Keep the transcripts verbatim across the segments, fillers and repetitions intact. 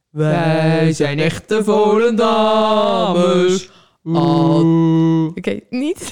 Wij zijn echte Volendammers. Oeh. Oké, okay, niet.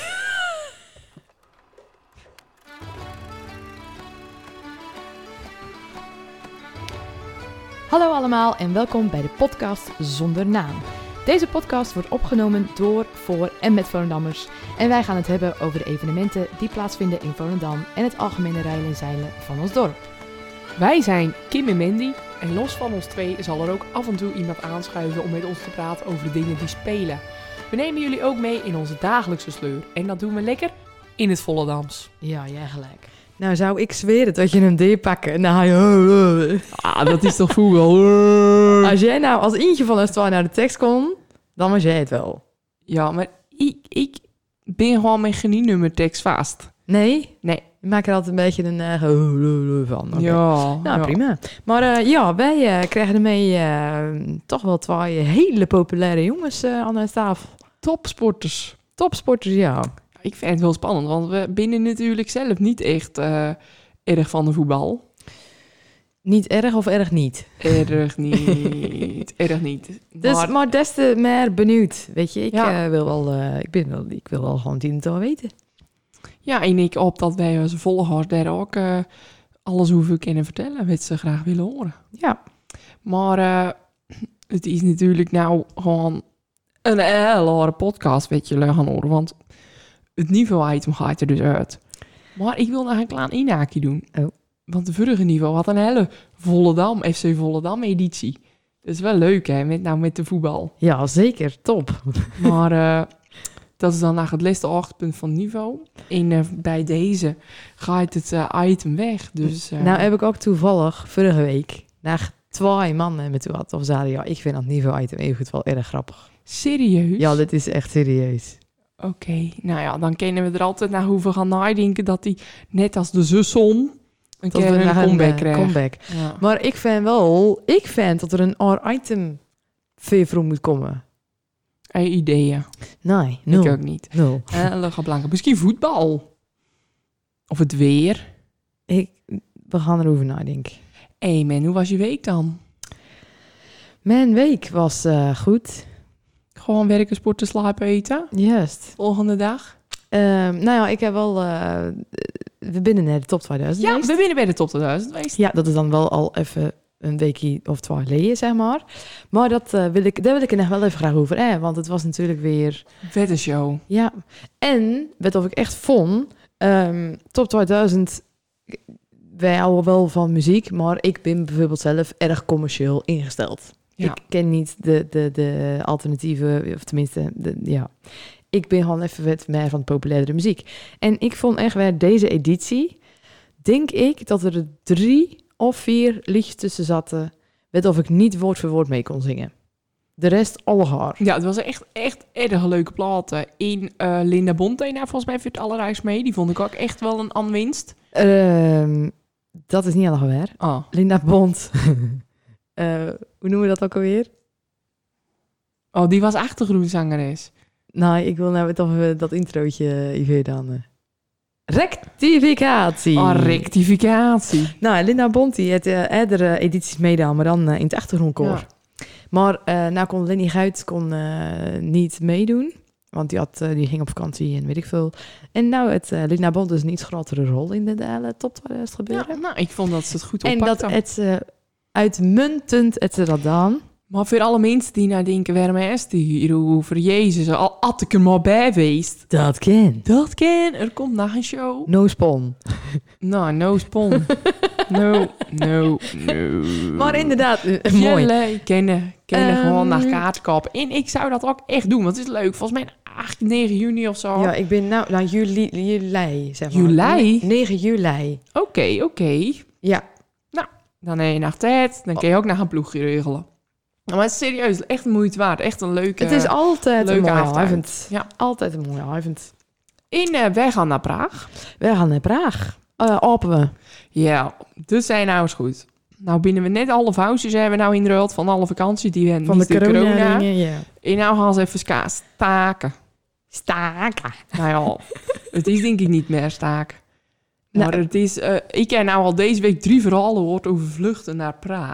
Hallo allemaal en welkom bij de podcast Zonder Naam. Deze podcast wordt opgenomen door, voor en met Volendammers. En wij gaan het hebben over de evenementen die plaatsvinden in Volendam en het algemene rijden en zeilen van ons dorp. Wij zijn Kim en Mandy en los van ons twee zal er ook af en toe iemand aanschuiven om met ons te praten over de dingen die spelen. We nemen jullie ook mee in onze dagelijkse sleur en dat doen we lekker in het Volendams. Ja, jij gelijk. Nou zou ik zweren dat je een D pakken. Nou, ah, dat is toch voetbal. Als jij nou als eentje van ons twee naar de tekst kon, dan was jij het wel. Ja, maar ik, ik ben gewoon mijn genienummer tekst vast. Nee? Nee. Ik maak er altijd een beetje een uh, van. Okay. Ja. Nou, ja. prima. Maar uh, ja, wij uh, krijgen ermee uh, toch wel twee hele populaire jongens uh, aan de tafel. Topsporters. Topsporters, ja. Ik vind het wel spannend, want we binnen natuurlijk zelf niet echt uh, erg van de voetbal. Niet erg of erg niet? Erg niet, erg niet. Dus, maar, maar des te meer benieuwd, weet je. Ik, ja. uh, wil, wel, uh, ik, ben wel, ik wil wel gewoon tien te weten. Ja, en ik op dat wij als volgers daar ook uh, alles hoeven kunnen vertellen, wat ze graag willen horen. Ja. Maar uh, het is natuurlijk nou gewoon een hele podcast, weet je, gaan horen, want het niveau-item gaat er dus uit. Maar ik wil nog een klein inhaakje doen. Oh. Want de vorige niveau had een hele Volendam, F C Volendam editie. Dat is wel leuk, hè, met, nou met de voetbal. Ja, zeker. Top. Maar uh, dat is dan naar het laatste achtpunt van niveau. En uh, bij deze gaat het uh, item weg. Dus, uh, nou heb ik ook toevallig vorige week naar twee mannen met toe had. Of zeiden, ja, ik vind dat niveau-item evengoed wel erg grappig. Serieus? Ja, dit is echt serieus. Oké, okay. Nou ja, dan kunnen we er altijd naar hoeven gaan nadenken dat hij net als de zusson een dat keer een comeback een, krijgt. Comeback. Ja. Maar ik vind wel, ik vind dat er een R-item voor moet komen. Hey, ideeën? Nee, nul. Ik ook niet. Nul. Uh, Blanca. Misschien voetbal. Of het weer. Ik, we gaan erover nadenken. Hé hey man, hoe was je week dan? Mijn week was uh, goed. Gewoon werken, sporten, slapen, eten? Juist. Volgende dag? Uh, nou ja, ik heb wel... Uh, we binnen naar de top tweeduizend Ja, geweest. we binnen bij de top tweeduizend geweest. Ja, dat is dan wel al even een weekje of twee geleden, zeg maar. Maar dat, uh, wil ik, daar wil ik er nog wel even graag over. Eh, want het was natuurlijk weer... Weddenshow. Ja. En, weet of ik echt vond... Um, top tweeduizend... Wij houden wel van muziek, maar ik ben bijvoorbeeld zelf erg commercieel ingesteld. Ja. Ik ken niet de, de, de alternatieve, of tenminste, de, ja. Ik ben gewoon even wat meer van de populaire muziek. En ik vond echt weer deze editie, denk ik dat er drie of vier liedjes tussen zaten, weet of ik niet woord voor woord mee kon zingen. De rest alle haar. Ja, het was echt, echt erg leuke platen. In uh, Linda Bonte, nou, volgens mij voor het allerrijkst mee. Die vond ik ook echt wel een aanwinst. Uh, dat is niet al weer. Oh. Linda Bont. uh, hoe noemen we dat ook alweer? Oh, die was achtergrondzangeres. Nou, ik wil nou toch dat introotje even dan. Uh. Rectificatie. Oh, rectificatie. Nou, Linda Bont die heeft uh, eerdere edities meedaan, maar dan uh, in het achtergrondkoor. Ja. Maar uh, nou kon Lenny Guit kon, uh, niet meedoen. Want die, had, uh, die ging op vakantie en weet ik veel. En nou, het uh, Linda Bont dus een iets grotere rol in de uh, top tweeduizend gebeuren. Ja, nou, ik vond dat ze het goed oppakte. En dat het uh, uitmuntend het ze dat dan. Maar voor alle mensen die nou denken, waarom is die hier over Jezus? Al had ik er maar bij geweest. Dat ken. Dat ken. Er komt nog een show. No spon. Nou, no spon. No, no, no. Maar inderdaad, uh, mooi. Jullie kennen, kennen um, gewoon naar kaartkopen. En ik zou dat ook echt doen, want het is leuk. Volgens mij acht, negen juni of zo. Ja, ik ben nou, nou juli, juli, zeg maar. Juli? negen juli. Oké, okay, oké. Okay. Ja. Nou, dan heb je nog tijd. Dan kun je ook naar een ploegje regelen. Maar het is serieus, echt een moeite waard. Echt een leuke Het is altijd leuke een mooie avond. Ja. Altijd een mooie avond. En uh, wij gaan naar Praag. Wij gaan naar Praag. Uh, open we. Ja, dus zijn nou eens goed. Nou binnen we net alle foutjes hebben we nou ingeruild van alle vakantie die we hebben. Van de, de corona. corona. Dingen, ja. En nou gaan ze even ska- staken. Staken? Nou ja, het is denk ik niet meer staken. Maar nou, het is... Uh, ik heb nou al deze week drie verhalen gehoord over vluchten naar Praag.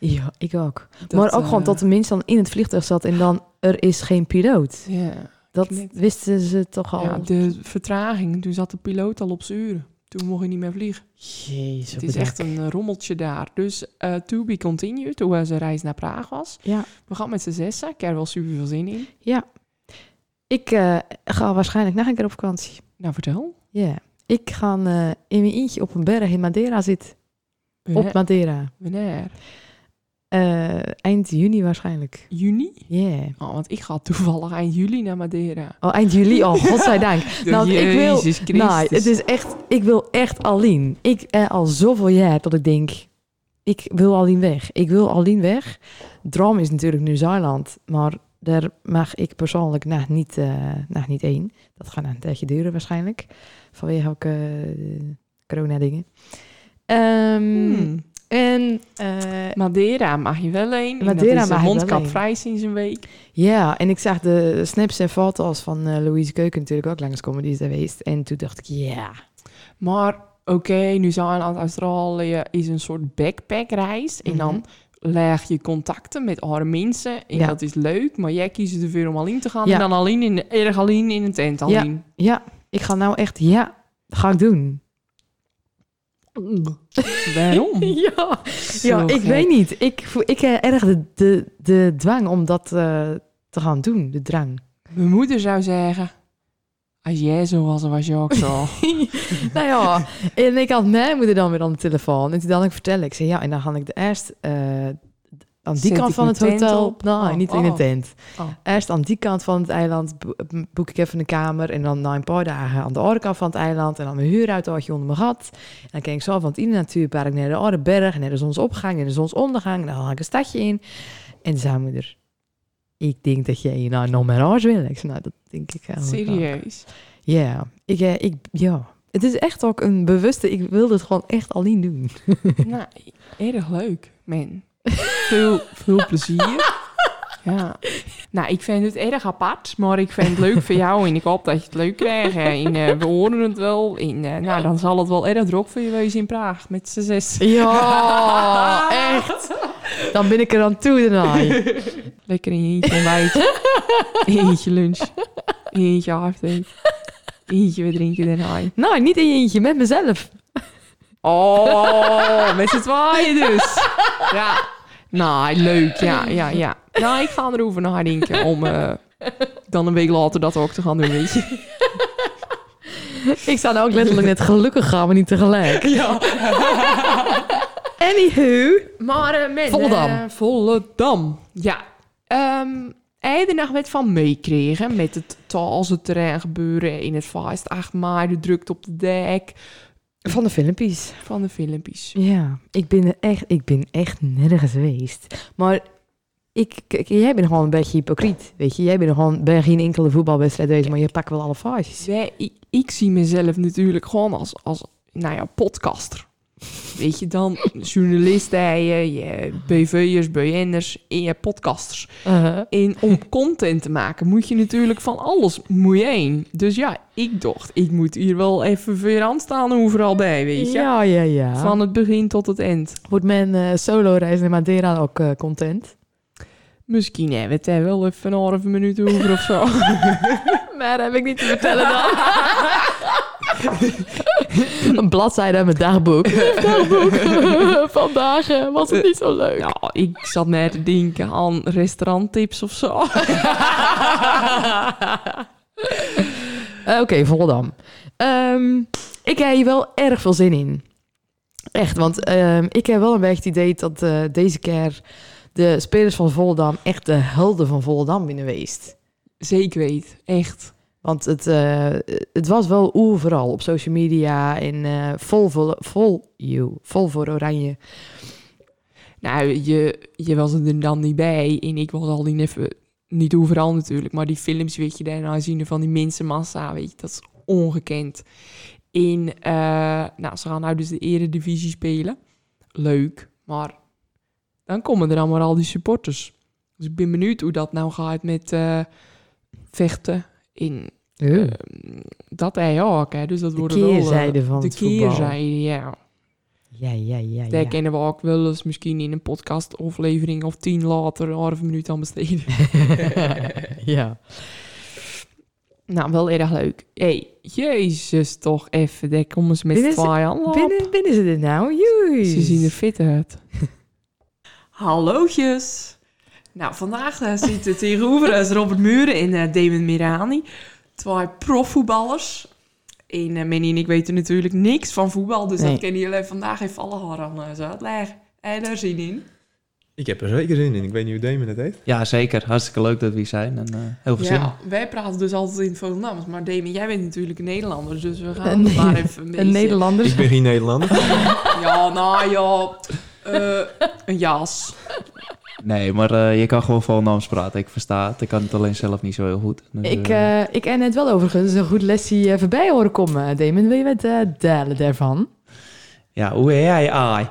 Ja, ik ook. Dat, maar ook uh, gewoon dat de mens dan in het vliegtuig zat en dan er is geen piloot. Ja, dat net. wisten ze toch al. Ja, de vertraging. Toen zat de piloot al op zijn uren. Toen mocht hij niet meer vliegen. Jezus, het is echt een rommeltje daar. Dus uh, to be continued, toen onze reis naar Praag was. Ja. We gaan met z'n zessen. Ik heb er wel super veel zin in. Ja. Ik uh, ga waarschijnlijk nog een keer op vakantie. Nou, vertel. Ja. Yeah. Ik ga uh, in mijn eentje op een berg in Madeira zitten. Wanneer? Op Madeira. Wanneer? Uh, eind juni waarschijnlijk. Juni? Ja. Yeah. Oh, want ik ga toevallig eind juli naar Madeira. Oh, eind juli? Oh, godzijdank. nou, ik wil, nou, het is echt, ik wil echt alleen. Ik uh, al zoveel jaar dat ik denk, ik wil alleen weg. Ik wil alleen weg. Droom is natuurlijk Nieuw-Zeeland, maar daar mag ik persoonlijk nog niet, uh, nog niet één. Dat gaat een tijdje duren waarschijnlijk. Vanwege ook uh, corona-dingen. Um, hmm. En uh, Madeira mag je wel een. Madeira dat is mag een je mondkap wel vrij sinds een week. Ja, en ik zag de snaps en foto's van uh, Louise Keuken natuurlijk ook langskomen. Die is er geweest. En toen dacht ik, ja. Yeah. Maar oké, okay, Nieuw-Zeeland, Australië is een soort backpackreis. En Mm-hmm. dan leg je contacten met andere mensen. En ja. dat is leuk. Maar jij kiest ervoor om alleen te gaan. Ja. En dan alleen in, erg alleen in een tent alleen. Ja, ja, ik ga nou echt, ja, dat ga ik doen. Waarom? ja, ja ik weet niet. Ik, ik heb erg de, de, de dwang om dat uh, te gaan doen, de drang. Mijn moeder zou zeggen, als jij zo was, dan was je ook zo. nou ja, en ik had mijn moeder dan weer aan de telefoon. En toen dan ik vertellen, ik zei ja, en dan ga ik de eerst uh, aan die Zet kant van het hotel. Op? Nou, oh, niet oh. in een tent. Oh. Eerst aan die kant van het eiland boek ik even een kamer. En dan na een paar dagen aan de andere kant van het eiland. En dan mijn huurautootje onder mijn gat. En dan kijk ik zo van het ene natuurpark naar de andere berg. En naar de zonsopgang en de zonsondergang. En dan ga ik een stadje in. En zei moeder, ik denk dat jij nou nog meer huis wil. Ik zei, nou, dat denk ik eigenlijk. Serieus? Ja, yeah. ik, ik, ja. Het is echt ook een bewuste, ik wil het gewoon echt alleen doen. nou, erg leuk, man. Veel, veel plezier. Ja. Nou, ik vind het erg apart, maar ik vind het leuk voor jou en ik hoop dat je het leuk krijgt. En uh, we horen het wel. En uh, nou, dan zal het wel erg druk voor je wezen in Praag met z'n zes. Ja, echt. Dan ben ik er aan toe daarna. Lekker in je eentje ontbijt. Eentje lunch. Eentje avondeten. Eentje weer drinken daarna. Nou, niet in je eentje, met mezelf. Oh, met z'n tweeën dus. Ja. Nou, leuk. Ja, ja, ja. Nou, ik ga erover nadenken om uh, dan een week later dat ook te gaan doen, weet je. Ik zou nou ook letterlijk net gelukkig gaan, maar niet tegelijk. Ja. Anywho. Maar uh, men, Volendam. Uh, Volendam. Ja. Um, heb je er nog wat van meekregen met het terrein gebeuren in het feest acht mei, de drukte op de dek. Van de filmpjes. Van de filmpjes. Ja, ik ben er echt, ik ben echt nergens geweest. Maar ik, ik, jij bent gewoon een beetje hypocriet, weet je. Jij bent gewoon bij geen enkele voetbalwedstrijd geweest, maar je pakt wel alle fases. Wij, ik, ik zie mezelf natuurlijk gewoon als, als nou ja, podcaster. Weet je, dan journalisten, je, je B V'ers, B N'ers en je podcasters. Uh-huh. En om content te maken moet je natuurlijk van alles moet je heen. Dus ja, ik dacht, ik moet hier wel even weer aan staan overal bij, weet je. Ja, ja, ja. Van het begin tot het eind. Wordt mijn uh, solo-reis naar Madeira ook uh, content? Misschien hebben we het daar wel even een halve minuut over of zo. Maar dat heb ik niet te vertellen dan. Een bladzijde uit mijn dagboek. dagboek. Vandaag uh, was het niet zo leuk. Nou, ik zat net te denken aan restauranttips of zo. uh, Oké, okay, Volendam. Um, ik heb hier wel erg veel zin in. Echt, want um, ik heb wel een beetje het idee dat uh, deze keer de spelers van Volendam echt de helden van Volendam binnen geweest. Zeker weet, echt. Want het, uh, het was wel overal op social media en uh, vol, vol, vol, you, vol voor Oranje. Nou, je, je was er dan niet bij en ik was al niet even, niet overal natuurlijk, maar die films weet je daarna zien van die mensenmassa, weet je, dat is ongekend. En uh, nou, ze gaan nou dus de Eredivisie spelen. Leuk, maar dan komen er allemaal al die supporters. Dus ik ben benieuwd hoe dat nou gaat met uh, vechten in uh, dat hij ook, hè. Dus dat de wordt wel keerzijde van de het voetbal. keerzijde, ja. Ja, ja, ja, Daar ja. kunnen we ook wel eens misschien in een podcastaflevering of tien later een half minuut aan besteden. ja. Nou, wel erg leuk. Hé, hey, jezus toch even. Daar komen ze met Binnen z'n ze- tweeën aan. Binnen, binnen ze dit nou? Joei. Ze zien er fit uit. Hallootjes. Nou, vandaag uh, zitten tegenover ons Robert Muren en uh, Damon Mirani. Twee profvoetballers. En uh, Manny en ik weten natuurlijk niks van voetbal. Dus Nee. dat kunnen jullie vandaag even alle aan uh, zo uitleggen. En daar zin in. Ik heb er zeker zin in. Ik weet niet hoe Damon het heeft. Ja, zeker. Hartstikke leuk dat we hier zijn en uh, heel veel zin. Ja, wij praten dus altijd in het Volendams. Maar Damon, jij bent natuurlijk een Nederlander. Dus we gaan Een, het maar even een beetje... een Nederlander. Ik ben geen Nederlander. Ja, nou ja. Uh, een jas. Nee, maar uh, je kan gewoon Volendams praten. Ik versta het. Ik kan het alleen zelf niet zo heel goed. Dus, Ik, uh, uh, ik en het wel overigens een goed lesje uh, voorbij horen komen. Damon, wil je wat uh, delen daarvan? Ja, hoe heet jij? Ai.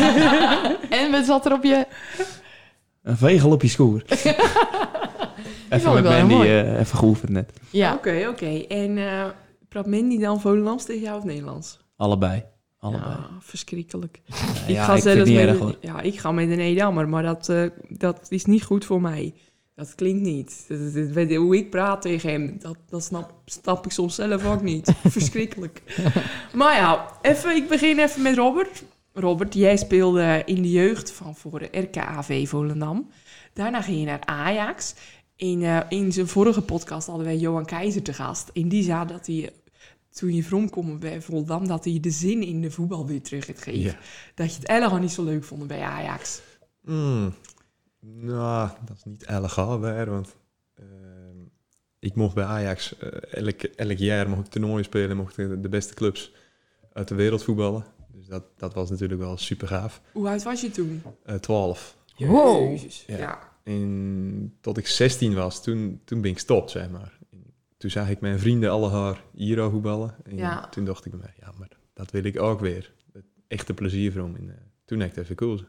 En wat zat er op je... Een vegel op je schoer. vond Even ik met wel heel Mandy, mooi. uh, even geoefend net. Ja. Oké, oké. Okay. En uh, praat Mandy dan Volendams tegen jou of Nederlands? Allebei. Allebei. Ja, verschrikkelijk. Ja, ik ja, ga ik vind zelfs het niet met erg een, hoor. ja, ik ga met een Edammer, maar dat, uh, dat is niet goed voor mij. Dat klinkt niet. Dat, dat, dat, hoe ik praat tegen hem, dat, dat snap, snap ik soms zelf ook niet. Verschrikkelijk. Maar ja, even, ik begin even met Robert. Robert, jij speelde in de jeugd van voor de R K A V Volendam. Daarna ging je naar Ajax. In, uh, in zijn vorige podcast hadden wij Johan Keizer te gast. En die zei dat hij, toen je vromkomen bij Volendam, dat hij de zin in de voetbal weer terug had gegeven. Ja. Dat je het helemaal niet zo leuk vond bij Ajax. Mm. Nou, dat is niet illegaal weer, want uh, ik mocht bij Ajax uh, elk, elk jaar mocht ik toernooien spelen, mocht ik de beste clubs uit de wereld voetballen. Dus dat, dat was natuurlijk wel super gaaf. Hoe oud was je toen? Uh, twaalf. Wow. Jezus, Ja. ja. En tot ik zestien was, toen, toen ben ik gestopt, zeg maar. En toen zag ik mijn vrienden alle haar Iro voetballen. En Ja. toen dacht ik bij mij, ja, maar dat wil ik ook weer. Het echte plezier van. En uh, toen heb ik het even gekozen.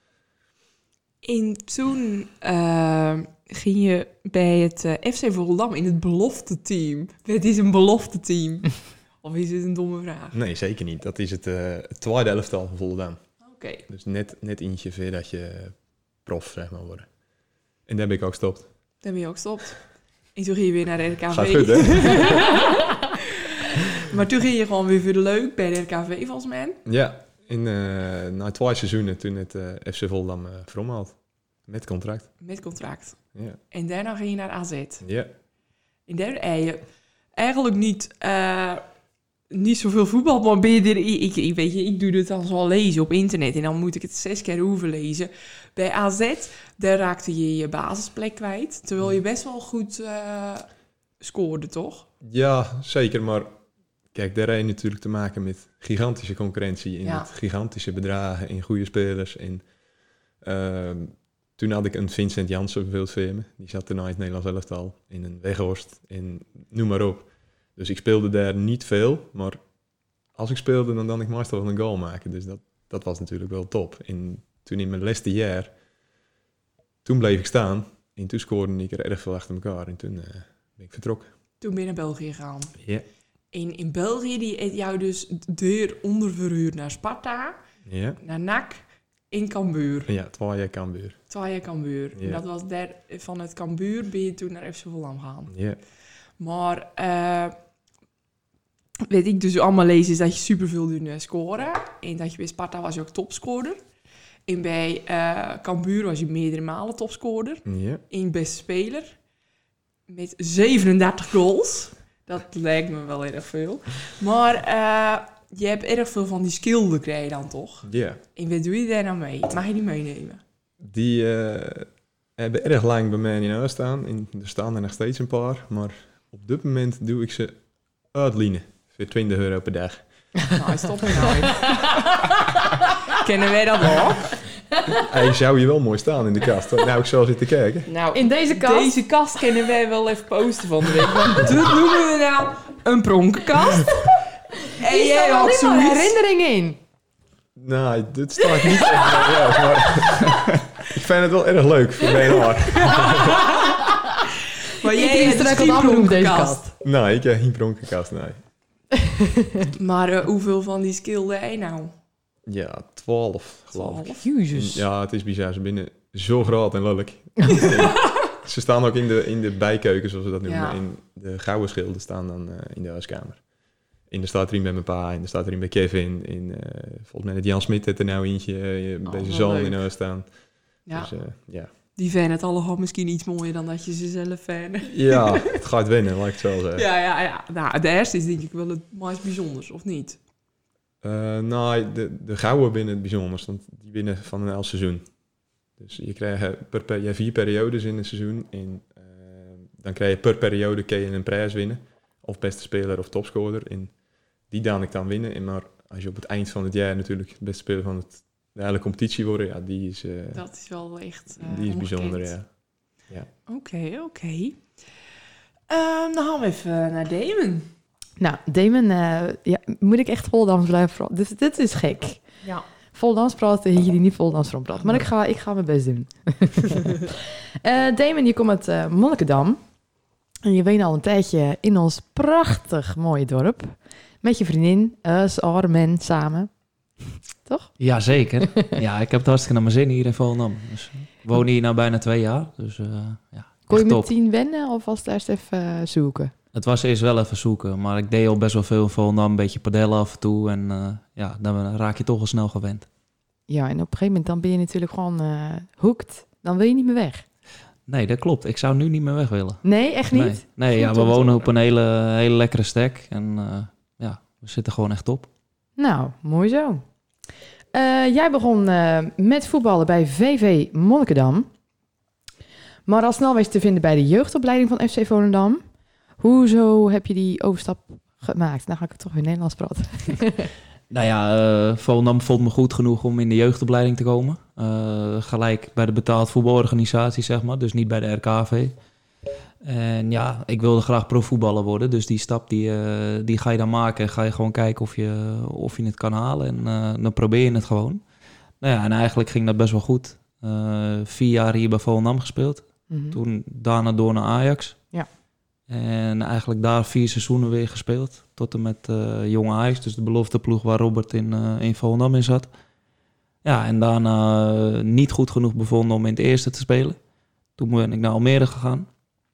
En toen uh, ging je bij het uh, F C Volendam in het belofte team. Het is een belofte team. Of is het een domme vraag? Nee, zeker niet. Dat is het, uh, het tweede elftal van Volendam. Oké. Okay. Dus net, net eentje ver dat je prof, zeg maar, worden. En daar ben ik ook gestopt. Daar ben je ook gestopt. En toen ging je weer naar de R K V. Gaat goed, hè? Maar toen ging je gewoon weer voor de leuk bij de R K V, volgens mij. Ja, in, uh, na twee seizoenen toen het uh, F C Volendam uh, veromhaald. Met contract. Met contract. Ja. En daarna ging je naar A Z. Ja. En daar heb je eigenlijk niet, uh, niet zoveel voetbal, maar ben je er, ik, ik, weet je, ik doe dit dan zo lezen op internet en dan moet ik het zes keer hoeven lezen. Bij A Z, daar raakte je je basisplek kwijt, terwijl je best wel goed uh, scoorde, toch? Ja, zeker, maar kijk, daar heb je natuurlijk te maken met gigantische concurrentie en Ja. met gigantische bedragen en goede spelers. En uh, toen had ik een Vincent Janssen bijvoorbeeld voor me. Die zat daarna in het Nederlands elftal, in een Weghorst en noem maar op. Dus ik speelde daar niet veel, maar als ik speelde, dan dan ik meestal wel een goal maken. Dus dat, dat was natuurlijk wel top. En toen in mijn laatste jaar, toen bleef ik staan en toen scoorde ik er erg veel achter elkaar. En toen uh, ben ik vertrokken. Toen ben je naar België gegaan. Ja. En in België, die heeft jou dus deur onderverhuurd naar Sparta, Ja. naar N A C, in Cambuur. Ja, twee jaar Cambuur. Twee jaar Cambuur. Ja. En dat was daar, vanuit Cambuur ben je toen naar F C Volendam gegaan. Ja. Maar uh, weet ik dus allemaal lezen is dat je superveel doet scoren. En dat je bij Sparta was je ook topscorer. En bij uh, Cambuur was je meerdere malen topscorer. Ja. En beste speler. Met zevenendertig goals. Dat lijkt me wel erg veel. Maar uh, je hebt erg veel van die skill gekregen dan toch? Ja. En wat doe je daar nou mee? Mag je die meenemen? Die uh, hebben erg lang bij mij in huis staan. En er staan er nog steeds een paar. Maar op dit moment doe ik ze uitlenen. Voor twintig euro per dag. Nou, stop er nou in. Kennen wij dat ook? Hij zou je wel mooi staan in de kast. Nou, ik zal zitten kijken. Nou, In deze kast? Deze kast kunnen wij wel even posten van de week. Want dat noemen we nou een pronkenkast. En Hier jij staan had alleen maar zoiets. herinneringen in. Nou, dit staat niet echt bij jou, maar ik vind het wel erg leuk voor mijn haar. Maar Ik jij is hebt dus er geen ook al afgenoemd, deze pronkenkast. kast. Nee, ik heb geen pronkenkast, nee. Maar uh, hoeveel van die skill heb je nou? Ja, twaalf geloof ik. twaalf. Jezus. Ja, het is bizar. Ze binnen zo groot en lelijk. Ze staan ook in de, in de bijkeuken, zoals we dat noemen. Ja. In de gouden schilden staan dan uh, in de huiskamer. In de staat er een bij mijn pa, in de staat er een bij Kevin. In, uh, volgens mij net Jan Smit heeft er nou eentje uh, Oh, bij zijn wel zoon leuk. in huis staan. Ja, Dus uh, ja. die vinden het allemaal misschien iets mooier dan dat je ze zelf vindt. Ja, het gaat wennen, laat ik het zo zeggen. Ja, ja, ja. Nou, de eerste is denk ik wel het meest bijzonders, of niet? Uh, nou, de, de gouden binnen het bijzonders, want die winnen van een heel seizoen. Dus je krijgt per, per, je hebt vier periodes in een seizoen. En uh, dan krijg je per periode kun je een prijs winnen. Of beste speler of topscorer. En die dan ik dan winnen. En maar als je op het eind van het jaar natuurlijk het beste speler van het, de hele competitie wordt, ja, die is, uh, Dat is wel echt uh, die is ongekend. bijzonder, ja. ja. Oké, oké. Okay. Um, dan gaan we even naar Damon. Nou, Damon, uh, ja, moet ik echt Voldams blijven praten? Dus dit is gek. Ja. Voldams praten, hier die niet Voldams van praten. Maar ik ga, ik ga mijn best doen. uh, Damon, je komt uit uh, Monnikendam. En je woont al een tijdje in ons prachtig mooie dorp. Met je vriendin, us, Armen, samen. Toch? Jazeker. Ja, ik heb het hartstikke naar mijn zin hier in Volendam. Dus, ik woon hier nu bijna twee jaar. Dus uh, ja, Kon je echt top. meteen wennen of was het eerst even uh, zoeken? Het was eerst wel even zoeken, maar ik deed al best wel veel in Volendam. Een beetje padellen af en toe. En uh, ja, dan raak je toch al snel gewend. Ja, en op een gegeven moment dan ben je natuurlijk gewoon uh, hooked. Dan wil je niet meer weg. Nee, dat klopt. Ik zou nu niet meer weg willen. Nee, echt niet? Nee, nee ja, we wonen op een hele, hele lekkere stek. En uh, ja, we zitten gewoon echt op. Nou, mooi zo. Uh, jij begon uh, met voetballen bij V V Monnikendam. Maar al snel was je te vinden bij de jeugdopleiding van F C Volendam. Hoezo heb je die overstap gemaakt? Nou ga ik toch weer Nederlands praten. Nou ja, uh, Volendam vond me goed genoeg om in de jeugdopleiding te komen. Uh, gelijk bij de betaald voetbalorganisatie, zeg maar. Dus niet bij de R K V. En ja, ik wilde graag profvoetballer worden. Dus die stap die, uh, die ga je dan maken. Ga je gewoon kijken of je, of je het kan halen. En uh, dan probeer je het gewoon. Nou ja, en eigenlijk ging dat best wel goed. Uh, vier jaar hier bij Volendam gespeeld. Mm-hmm. Toen daarna door naar Ajax. Ja. En eigenlijk daar vier seizoenen weer gespeeld. Tot en met uh, Jong Ajax. Dus de belofteploeg waar Robert in, uh, in Volendam in zat. Ja, en daarna uh, niet goed genoeg bevonden om in het eerste te spelen. Toen ben ik naar Almere gegaan.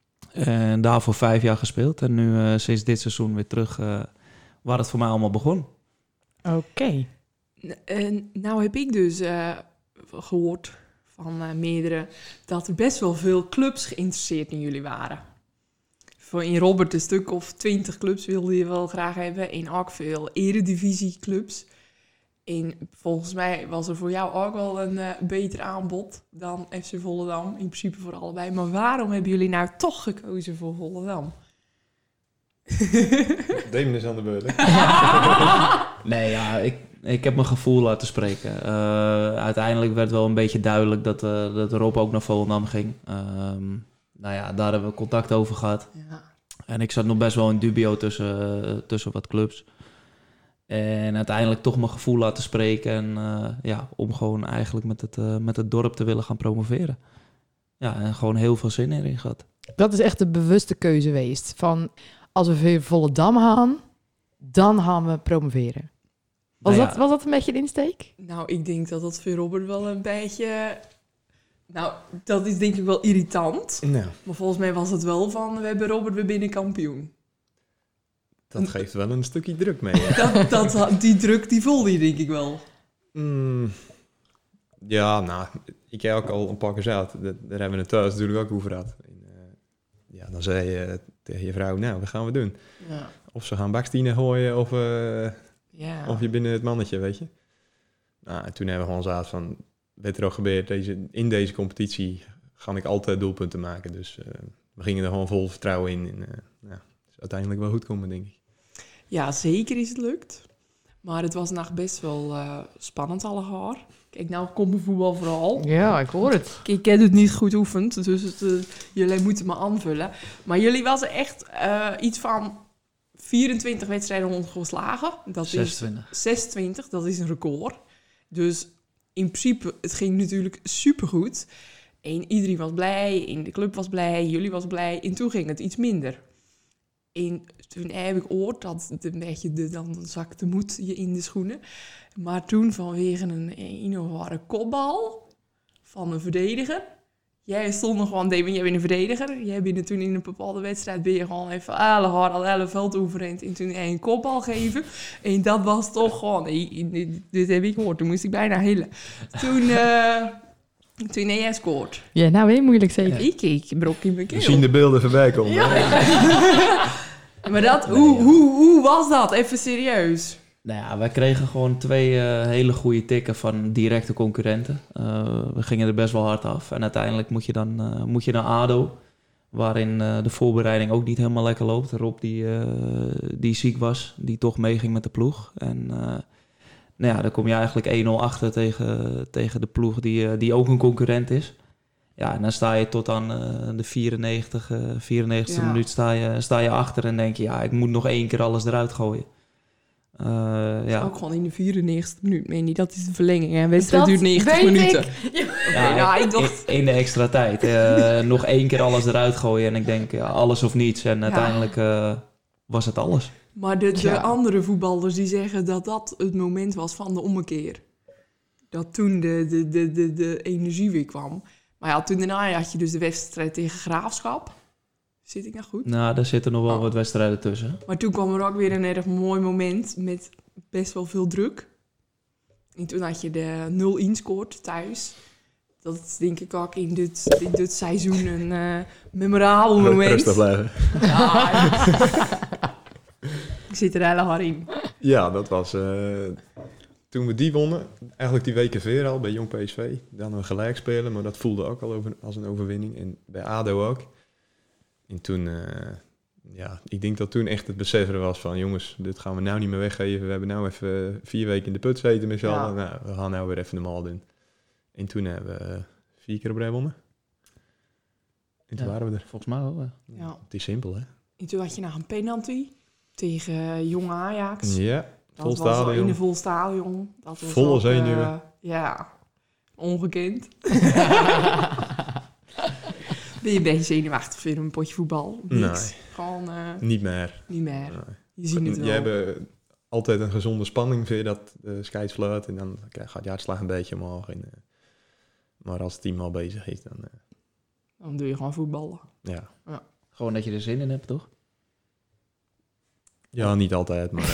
En daarvoor vijf jaar gespeeld. En nu uh, sinds dit seizoen weer terug uh, waar het voor mij allemaal begon. Oké. Okay. En nou heb ik dus uh, gehoord van uh, meerdere dat er best wel veel clubs geïnteresseerd in jullie waren. Voor in Robert een stuk of twintig clubs wilde je wel graag hebben. In ook veel eredivisieclubs. En volgens mij was er voor jou ook wel een uh, beter aanbod dan F C Volendam. In principe voor allebei. Maar waarom hebben jullie nou toch gekozen voor Volendam? Damon is aan de beurt. Nee, ja, ik, ik heb mijn gevoel laten spreken. Uh, uiteindelijk werd wel een beetje duidelijk dat, uh, dat Rob ook naar Volendam ging. Um, nou ja, daar hebben we contact over gehad. Ja. En ik zat nog best wel in dubio tussen, uh, tussen wat clubs. En uiteindelijk toch mijn gevoel laten spreken. En uh, ja, om gewoon eigenlijk met het, uh, met het dorp te willen gaan promoveren. Ja, en gewoon heel veel zin erin gehad. Dat is echt de bewuste keuze geweest. Van, als we weer Volendam gaan, dan gaan we promoveren. Was, Nou ja, dat, was dat een beetje de insteek? Nou, ik denk dat dat voor Robert wel een beetje... Nou, dat is denk ik wel irritant. Nou, Maar volgens mij was het wel van, we hebben Robert weer binnen kampioen. dat geeft wel een stukje druk mee. Ja, Dat, dat, die druk, die voelde je denk ik wel. mm, ja nou, ik heb ook al een paar keer gezegd. Daar daar hebben we het thuis natuurlijk ook over gehad. En, uh, ja, dan zei je tegen je vrouw, nou, wat gaan we doen? Ja. Of ze gaan bakstenen gooien of, uh, Ja. of je binnen het mannetje, weet je. Nou, en toen hebben we gewoon gezegd van, weet er ook gebeurd, deze, in deze competitie ga ik altijd doelpunten maken. Dus uh, we gingen er gewoon vol vertrouwen in. En, uh, ja, het is uiteindelijk wel goed komen, denk ik. Ja, zeker is het lukt. Maar het was nog best wel uh, spannend allegaar. Kijk, nou komt mijn voetbal vooral. Ja, ik hoor het. Ik heb het niet goed oefend, dus het, uh, jullie moeten me aanvullen. Maar jullie was echt uh, iets van vierentwintig wedstrijden ongeslagen. Dat zesentwintig. is zesentwintig, dat is een record. Dus in principe, het ging natuurlijk supergoed. En iedereen was blij, en de club was blij, jullie was blij. En toen ging het iets minder. En toen heb ik gehoord dat het een beetje de, dan zakte moed je in de schoenen. Maar toen vanwege een een of andere kopbal van een verdediger. Jij stond nog gewoon, Damon, jij bent een verdediger. Jij bent toen in een bepaalde wedstrijd ben je gewoon even alle hard al hele veld overrend en toen een kopbal geven. En dat was toch gewoon, dit, dit heb ik gehoord, toen moest ik bijna hillen. Toen, uh, toen heb jij scoort. Ja, nou heel moeilijk zeker. Ik keek brok in mijn keel. We zien de beelden voorbij komen. Ja. Maar dat, hoe, hoe, hoe was dat? Even serieus. Nou ja, wij kregen gewoon twee uh, hele goede tikken van directe concurrenten. Uh, we gingen er best wel hard af. En uiteindelijk moet je dan uh, moet je naar ADO, waarin uh, de voorbereiding ook niet helemaal lekker loopt. Rob die, uh, die ziek was, die toch meeging met de ploeg. En uh, nou ja, dan kom je eigenlijk één nul achter tegen, tegen de ploeg die, uh, die ook een concurrent is. Ja, en dan sta je tot aan uh, de vierennegentigste, uh, vierennegentigste Ja. minuut sta je, sta je achter en denk je, ja, ik moet nog één keer alles eruit gooien. Uh, ja. Ook gewoon in de vierennegentigste minuut, meen je? Dat is de verlenging, hè? Een wedstrijd Dat duurt negentig weet minuten. ik. Ja, nou, ik dacht... in, in de extra tijd. Uh, nog één keer alles eruit gooien en ik denk, ja, alles of niets. En uiteindelijk uh, was het alles. Maar de, de Ja. andere voetballers die zeggen dat dat het moment was van de ommekeer. Dat toen de, de, de, de, de energie weer kwam. Maar ja, toen daarna had je dus de wedstrijd tegen Graafschap. Zit ik nou goed? Nou, daar zitten nog wel Oh. wat wedstrijden tussen. Maar toen kwam er ook weer een erg mooi moment met best wel veel druk. En toen had je de nul-een scoort thuis. Dat is denk ik ook in dit, in dit seizoen een uh, memorabel moment. Rustig blijven. Ja, ik zit er hele hard in. Ja, dat was... Uh, toen we die wonnen, eigenlijk die weken weer al bij Jong P S V. Dan een gelijk spelen, maar dat voelde ook al over, als een overwinning. En bij ADO ook. En toen... Uh, ja, ik denk dat toen echt het beseffen was van... jongens, dit gaan we nou niet meer weggeven. We hebben nou even vier weken in de put gezeten met z'n Ja. allen. Nou, we gaan nou weer even normaal doen. En toen hebben we uh, vier keer op rij gewonnen. En toen Ja. waren we er. Volgens mij wel, ja. Ja. Het is simpel, hè? En toen had je nog een penalty tegen uh, Jong Ajax. Ja, Dat vol was al in stadion. een vol stadion. Dat was Volle ook, uh, zenuwen. ja, ongekend. Ben je een beetje zenuwachtig voor een potje voetbal? Niks. Nee. Gewoon uh, Niet meer. niet meer. Nee. Je ziet het wel. Jij hebt altijd een gezonde spanning, vind je dat de scheidsfluit. En dan gaat je hartslag een beetje omhoog. En, uh, maar als het team al bezig is, dan... Uh, Dan doe je gewoon voetballen. ja. Gewoon dat je er zin in hebt, toch? ja, niet altijd, maar...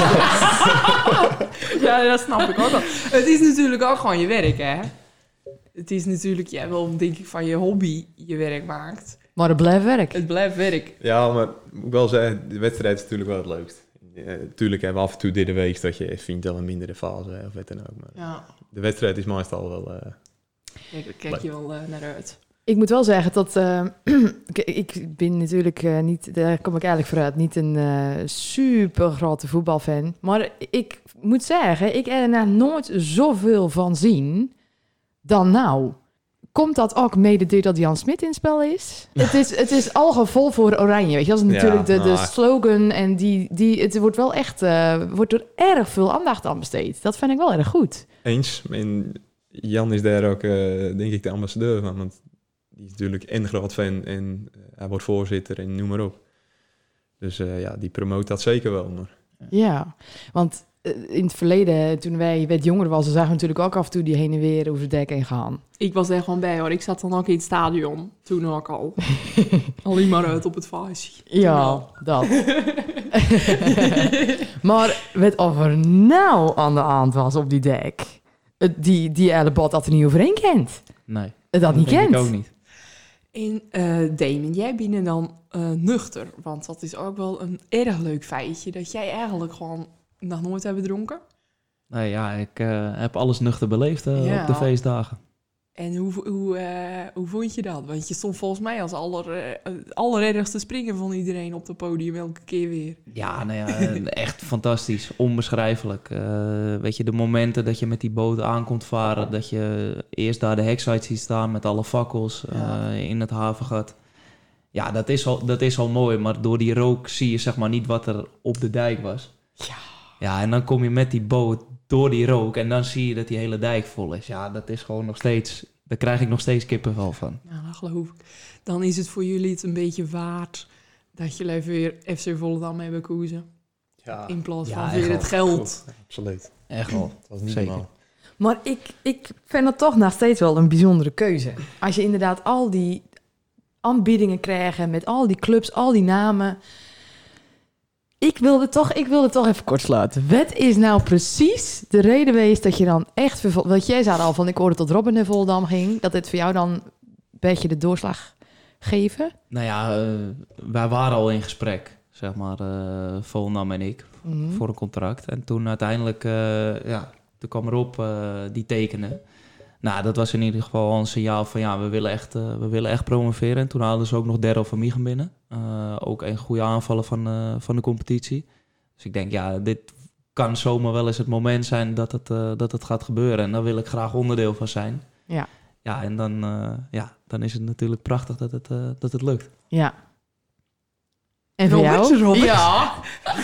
Ja, dat snap ik ook wel. Het is natuurlijk ook gewoon je werk, hè? Het is natuurlijk, jij wil denk ik van je hobby je werk maakt. Maar het blijft werk. Het blijft werk. ja, maar moet ik wel zeggen, de wedstrijd is natuurlijk wel het leukst. Natuurlijk hebben we af en toe dit week dat je vindt dat een mindere fase hè, of wat dan ook. Maar Ja, de wedstrijd is meestal wel... Uh, kijk, daar kijk je wel uh, naar uit. Ik moet wel zeggen dat... Uh, ik, ik ben natuurlijk uh, niet... Daar kom ik eigenlijk vooruit. Niet een uh, super grote voetbalfan. Maar ik moet zeggen... Ik heb er nou nooit zoveel van zien... dan nou. Komt dat ook mede doordat Jan Smit in het spel is? Het is, het is al vol voor Oranje. Weet je? Dat is natuurlijk Ja, de, de nou, slogan. En die, die, het wordt wel echt... Uh, wordt er erg veel aandacht aan besteed. Dat vind ik wel erg goed. eens. En Jan is daar ook, uh, denk ik, de ambassadeur van. Want die is natuurlijk en groot fan en uh, hij wordt voorzitter en noem maar op. Dus uh, ja, die promoot dat zeker wel. Maar... Ja, want uh, in het verleden, toen wij wat jonger was, zagen we natuurlijk ook af en toe die heen en weer over de dek heen gaan. Ik was er gewoon bij hoor. Ik zat dan ook in het stadion. Toen ook al. Alleen maar uit op het feestje. Ja, dat. Maar wat of er nou aan de hand was op die dek, het- die, die hele bot dat er niet overheen kent. Nee. Dat niet denk kent. ik ook niet. En uh, Damon, jij bent dan uh, nuchter. Want dat is ook wel een erg leuk feitje. Dat jij eigenlijk gewoon nog nooit hebt gedronken. Nee, ja, ik uh, heb alles nuchter beleefd uh, Ja. op de feestdagen. En hoe, hoe, uh, hoe vond je dat? Want je stond volgens mij als aller, uh, allerergste springen van iedereen op het podium elke keer weer. Ja, nou ja, echt fantastisch. Onbeschrijfelijk. Uh, weet je, de momenten dat je met die boot aankomt varen, dat je eerst daar de heksite ziet staan met alle fakkels uh, Ja. in het havengat. Ja, dat is, al, dat is al mooi, maar door die rook zie je zeg maar niet wat er op de dijk was. Ja. Ja, en dan kom je met die boot door die rook en dan zie je dat die hele dijk vol is. Ja, dat is gewoon nog steeds, daar krijg ik nog steeds kippenvel van. Ja, dat geloof ik. Dan is het voor jullie het een beetje waard dat je even weer F C Volendam hebben kozen. Ja, In plaats Ja, van echt weer wel. het geld. klopt. Absoluut. Echt wel. Dat was niet Zeker. normaal. Maar ik, ik vind dat toch nog steeds wel een bijzondere keuze. Als je inderdaad al die aanbiedingen krijgt met al die clubs, al die namen. Ik wilde toch, ik wilde toch even kort sluiten. Wat is nou precies de reden geweest dat je dan echt... vervol- Want jij zei al van, ik hoorde tot Robin naar Volendam ging. Dat dit voor jou dan een beetje de doorslag geven? Nou ja, uh, wij waren al in gesprek, zeg maar, uh, Volendam en ik, Mhm. voor een contract. En toen uiteindelijk, uh, ja, toen kwam erop uh, die tekenen. Nou, dat was in ieder geval een signaal van, ja, we willen echt, uh, we willen echt promoveren. En toen haalden ze ook nog Daryl van Miegen binnen. Uh, ook een goede aanvaller van, uh, van de competitie. Dus ik denk, ja, dit kan zomaar wel eens het moment zijn dat het, uh, dat het gaat gebeuren. En daar wil ik graag onderdeel van zijn. Ja. Ja, en dan, uh, ja, dan is het natuurlijk prachtig dat het, uh, dat het lukt. Ja. En voor Robert, jou? Robert. Ja.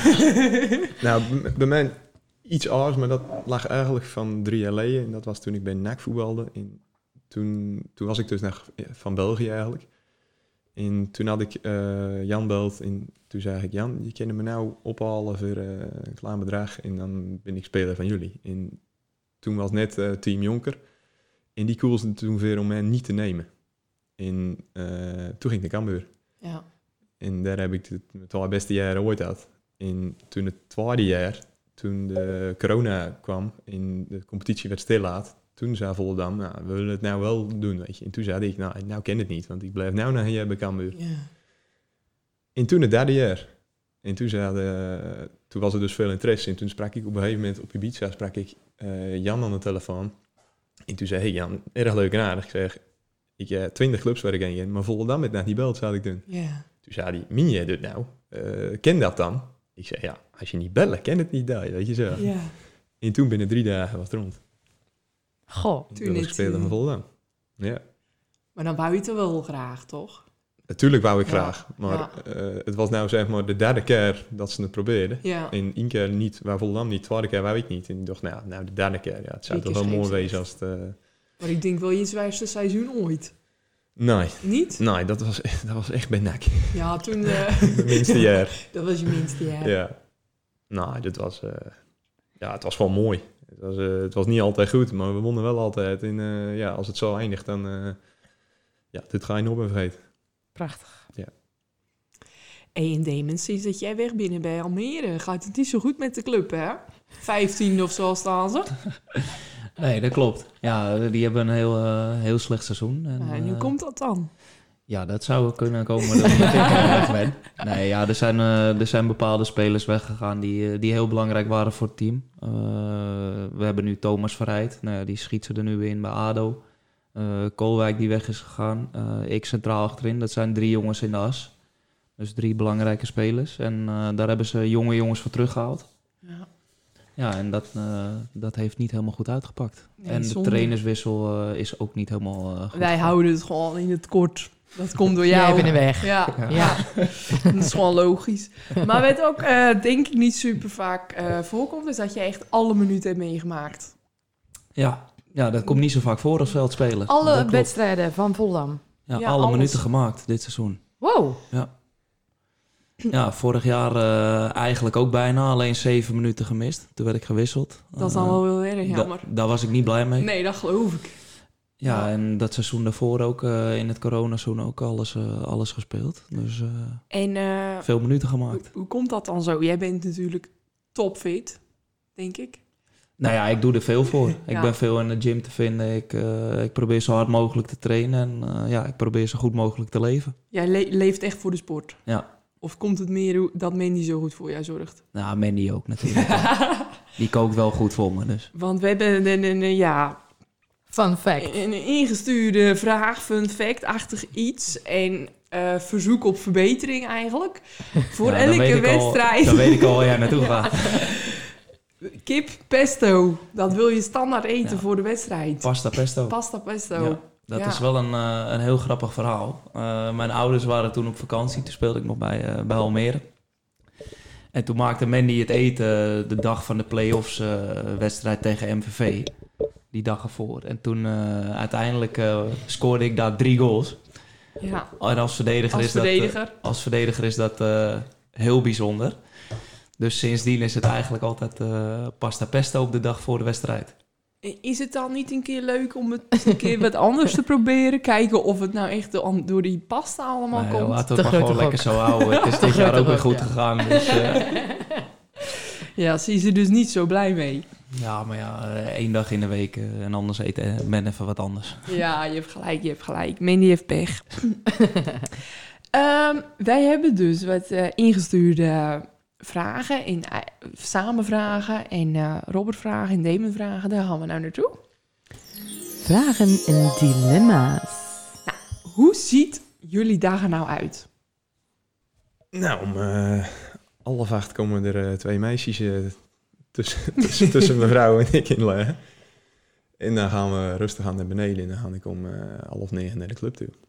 Nou, b- bij mij iets anders, maar dat lag eigenlijk van drie jaar geleden. En dat was toen ik bij N A C voetbalde. En toen, toen was ik dus naar, van België eigenlijk. En toen had ik uh, Jan beld en toen zei ik... Jan, je kan me nou ophalen voor uh, een klein bedrag en dan ben ik speler van jullie. En toen was net uh, Team Jonker. En die koelden toen weer om mij niet te nemen. En uh, toen ging ik naar Cambuur. Ja. En daar heb ik het mijn twee beste jaren ooit gehad. En toen het tweede jaar, toen de corona kwam en de competitie werd stillaat, toen zei Volendam, nou, we willen het nou wel doen, weet je. En toen zei ik, nou, nou ken het niet, want ik blijf nou naar hier bij Cambuur. Ja. En toen het derde jaar. En toen, zei de, toen was er dus veel interesse. En toen sprak ik op een gegeven moment op Ibiza, sprak ik uh, Jan aan de telefoon. En toen zei ik, Jan, erg leuk en aardig. Ik zeg, ik heb twintig clubs waar ik heen ging, maar Volendam met naar die belt, zou ik doen. Ja. Toen zei hij, meen jij dit nou? Uh, ken dat dan? Ik zei, ja, als je niet bellen, ken het niet daar, weet je zo. Ja. En toen binnen drie dagen was het rond. Goh. En Toen toen was het, ik speler uh, van Volendam. Ja. Maar dan wou je het wel graag, toch? Natuurlijk wou ik Ja, graag, maar ja. uh, het was nou zeg maar de derde keer dat ze het probeerden. Ja. En één keer niet, waar Volendam niet, de tweede keer wou ik niet. En ik dacht, nou, nou de derde keer, ja, het zou Drie toch keer wel mooi geen wezen als het... Uh... Maar ik denk wel je zwaarste seizoen ooit. Nee, Niet? nee dat, was, dat was echt bij N A C. Ja, toen... Uh, Het minste jaar. dat was je minste jaar. Ja. Nou, dit was... Uh, ja, het was gewoon mooi. Het was, uh, het was niet altijd goed, maar we wonnen wel altijd. En uh, ja, als het zo eindigt, dan... Uh, ja, dit ga je nog meer vergeten. Prachtig. Ja. Hey, en Damon, sinds dat jij weg bent bij Almere, gaat het niet zo goed met de club, hè? Vijftiende of zo staan ze. Nee, dat klopt. Ja, die hebben een heel, uh, heel slecht seizoen. En, Ja, en hoe uh, komt dat dan? Ja, dat zou kunnen komen dat ik uh, weg ben. Nee, ja, er zijn, uh, er zijn bepaalde spelers weggegaan die, uh, die heel belangrijk waren voor het team. Uh, we hebben nu Thomas Verrijd. Nou ja, die schiet ze er nu in bij ADO. Uh, Koolwijk die weg is gegaan. Uh, ik centraal achterin. Dat zijn drie jongens in de as. Dus drie belangrijke spelers. En uh, daar hebben ze jonge jongens voor teruggehaald. Ja. Ja, en dat, uh, dat heeft niet helemaal goed uitgepakt. Nee, en de zonde. trainerswissel uh, is ook niet helemaal uh, goed. Wij houden het gewoon in het kort. Dat komt door Jij jou. bent er weg. Ja, Ja. ja. Dat is gewoon logisch. Maar wat ook, uh, denk ik, niet super vaak uh, voorkomt, is dat je echt alle minuten hebt meegemaakt. Ja. ja, dat komt niet zo vaak voor als veldspelen. Dat Alle klopt. wedstrijden van Volendam. Ja, Ja, alle alles. minuten gemaakt dit seizoen. Wow. Ja, vorig jaar uh, eigenlijk ook bijna, alleen zeven minuten gemist. Toen werd ik gewisseld. Dat is dan Uh, wel heel erg da- jammer. daar was ik niet blij mee. Nee, dat geloof ik. Ja, Ja. en dat seizoen daarvoor ook, uh, in het coronaseizoen ook alles, uh, alles gespeeld. Dus uh, En uh, veel minuten hoe, gemaakt. hoe komt dat dan zo? Jij bent natuurlijk topfit, denk ik. Nou ja, ik doe er veel voor. Ja. Ik ben veel in de gym te vinden. Ik, uh, ik probeer zo hard mogelijk te trainen. En uh, ja, ik probeer zo goed mogelijk te leven. Jij le- leeft echt voor de sport. Ja. Of komt het meer hoe- dat Mandy zo goed voor jou zorgt? Nou, Mandy ook natuurlijk. Die kookt wel goed voor me, dus. Want we hebben een, een, een, ja, Fun fact. een ingestuurde vraag, fun fact-achtig iets. En uh, verzoek op verbetering eigenlijk. Voor Ja, dan weet elke ik al- wedstrijd. Dan weet ik al waar jij naartoe gaat. Kip pesto. Dat wil je standaard eten Ja. voor de wedstrijd. Pasta pesto. Pasta pesto. Ja, dat Ja. is wel een, uh, een heel grappig verhaal. Uh, mijn ouders waren toen op vakantie. Toen speelde ik nog bij, uh, bij Almere. En toen maakte Mandy het eten de dag van de play-offs uh, wedstrijd tegen M V V. Die dag ervoor. En toen uh, uiteindelijk uh, scoorde ik daar drie goals. Ja, En als verdediger, als is, Dat, verdediger. uh, als verdediger is dat uh, heel bijzonder. Dus sindsdien is het eigenlijk altijd uh, pasta pesto op de dag voor de wedstrijd. Is het dan niet een keer leuk om het een keer wat anders te proberen? Kijken of het nou echt door die pasta allemaal nee, komt? Laten we het maar gewoon lekker zo houden. Het is dit jaar ook weer goed ja. gegaan. Dus, uh... ja, ze is er dus niet zo blij mee. Ja, maar ja, één dag in de week uh, en anders eten men even wat anders. Ja, je hebt gelijk, je hebt gelijk. Mandy heeft pech. um, wij hebben dus wat uh, ingestuurde vragen, en, uh, samen vragen en uh, Robert vragen en Damon vragen. Daar gaan we nou naartoe. Vragen en dilemma's. Nou, hoe ziet jullie dagen nou uit? Nou, om uh, half acht komen er uh, twee meisjes uh, tussen, tussen, tussen mijn vrouw en ik in leggen. En dan gaan we rustig aan naar beneden en dan ga ik om uh, half negen naar de club toe.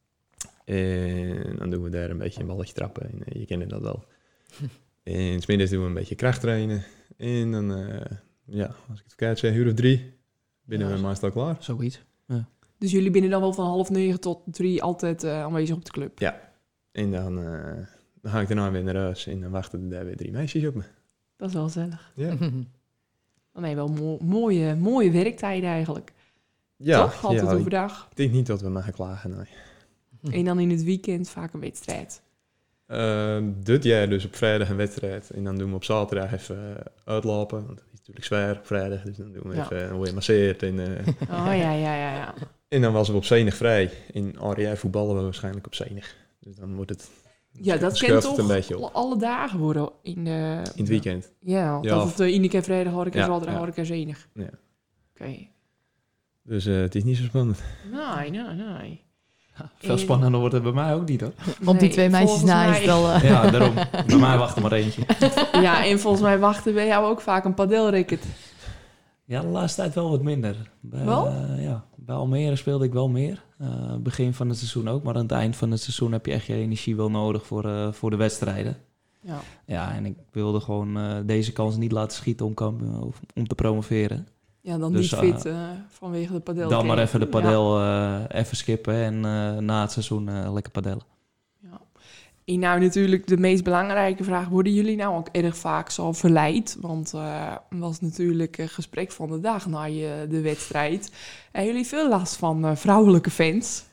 En dan doen we daar een beetje een balletje trappen. En, uh, je kent dat wel. En 's middags doen we een beetje krachttrainen. En dan, uh, ja, als ik het verkeerd zeg, uur of drie, binnen ja, we meestal klaar. Zoiets. Ja. Dus jullie binnen dan wel van half negen tot drie altijd uh, aanwezig op de club? Ja. En dan, uh, dan ga ik daarna weer naar huis en dan wachten er daar weer drie meisjes op me. Dat is wel gezellig. Ja. Dan heb je wel mo- mooie, mooie werktijden eigenlijk. Ja. Toch? Altijd ja, overdag. Ik denk niet dat we mogen klagen, nee. En dan in het weekend vaak een wedstrijd. Uh, dit jaar dus op vrijdag een wedstrijd. En dan doen we op zaterdag even uh, uitlopen. Want dat is natuurlijk zwaar op vrijdag. Dus dan doen we ja. even, dan word je masseerd. En, uh, oh ja, ja, ja, ja. En dan was we op zenig vrij. In R J voetballen we waarschijnlijk op zenig. Dus dan wordt het... Ja, dat kent toch een beetje op. Alle dagen worden in de... In het weekend. Ja, ja dat of de ene keer vrijdag, hoor ik en zaterdag, ja. hoor ik er zenig. Ja. Oké. Okay. Dus uh, het is niet zo spannend. Nee, nee, nee. Ja, veel spannender wordt het bij mij ook niet, hoor. Want nee, die twee meisjes na mij... is wel... Uh... Ja, daarom. Bij mij wacht er maar eentje. Ja, en volgens mij wachten bij jou ook vaak een padelracket. Ja, de laatste tijd wel wat minder. Bij, wel? Uh, ja, bij Almere speelde ik wel meer. Uh, begin van het seizoen ook. Maar aan het eind van het seizoen heb je echt je energie wel nodig voor, uh, voor de wedstrijden. Ja. Ja, en ik wilde gewoon uh, deze kans niet laten schieten om, kamp- om te promoveren. Ja, dan dus, niet fit uh, vanwege de padel. Dan maar even de padel ja. uh, even skippen en uh, na het seizoen uh, lekker padellen. Ja. En nou natuurlijk de meest belangrijke vraag. Worden jullie nou ook erg vaak zo verleid? Want uh, was natuurlijk een gesprek van de dag na je, de wedstrijd. Hebben jullie veel last van uh, vrouwelijke fans?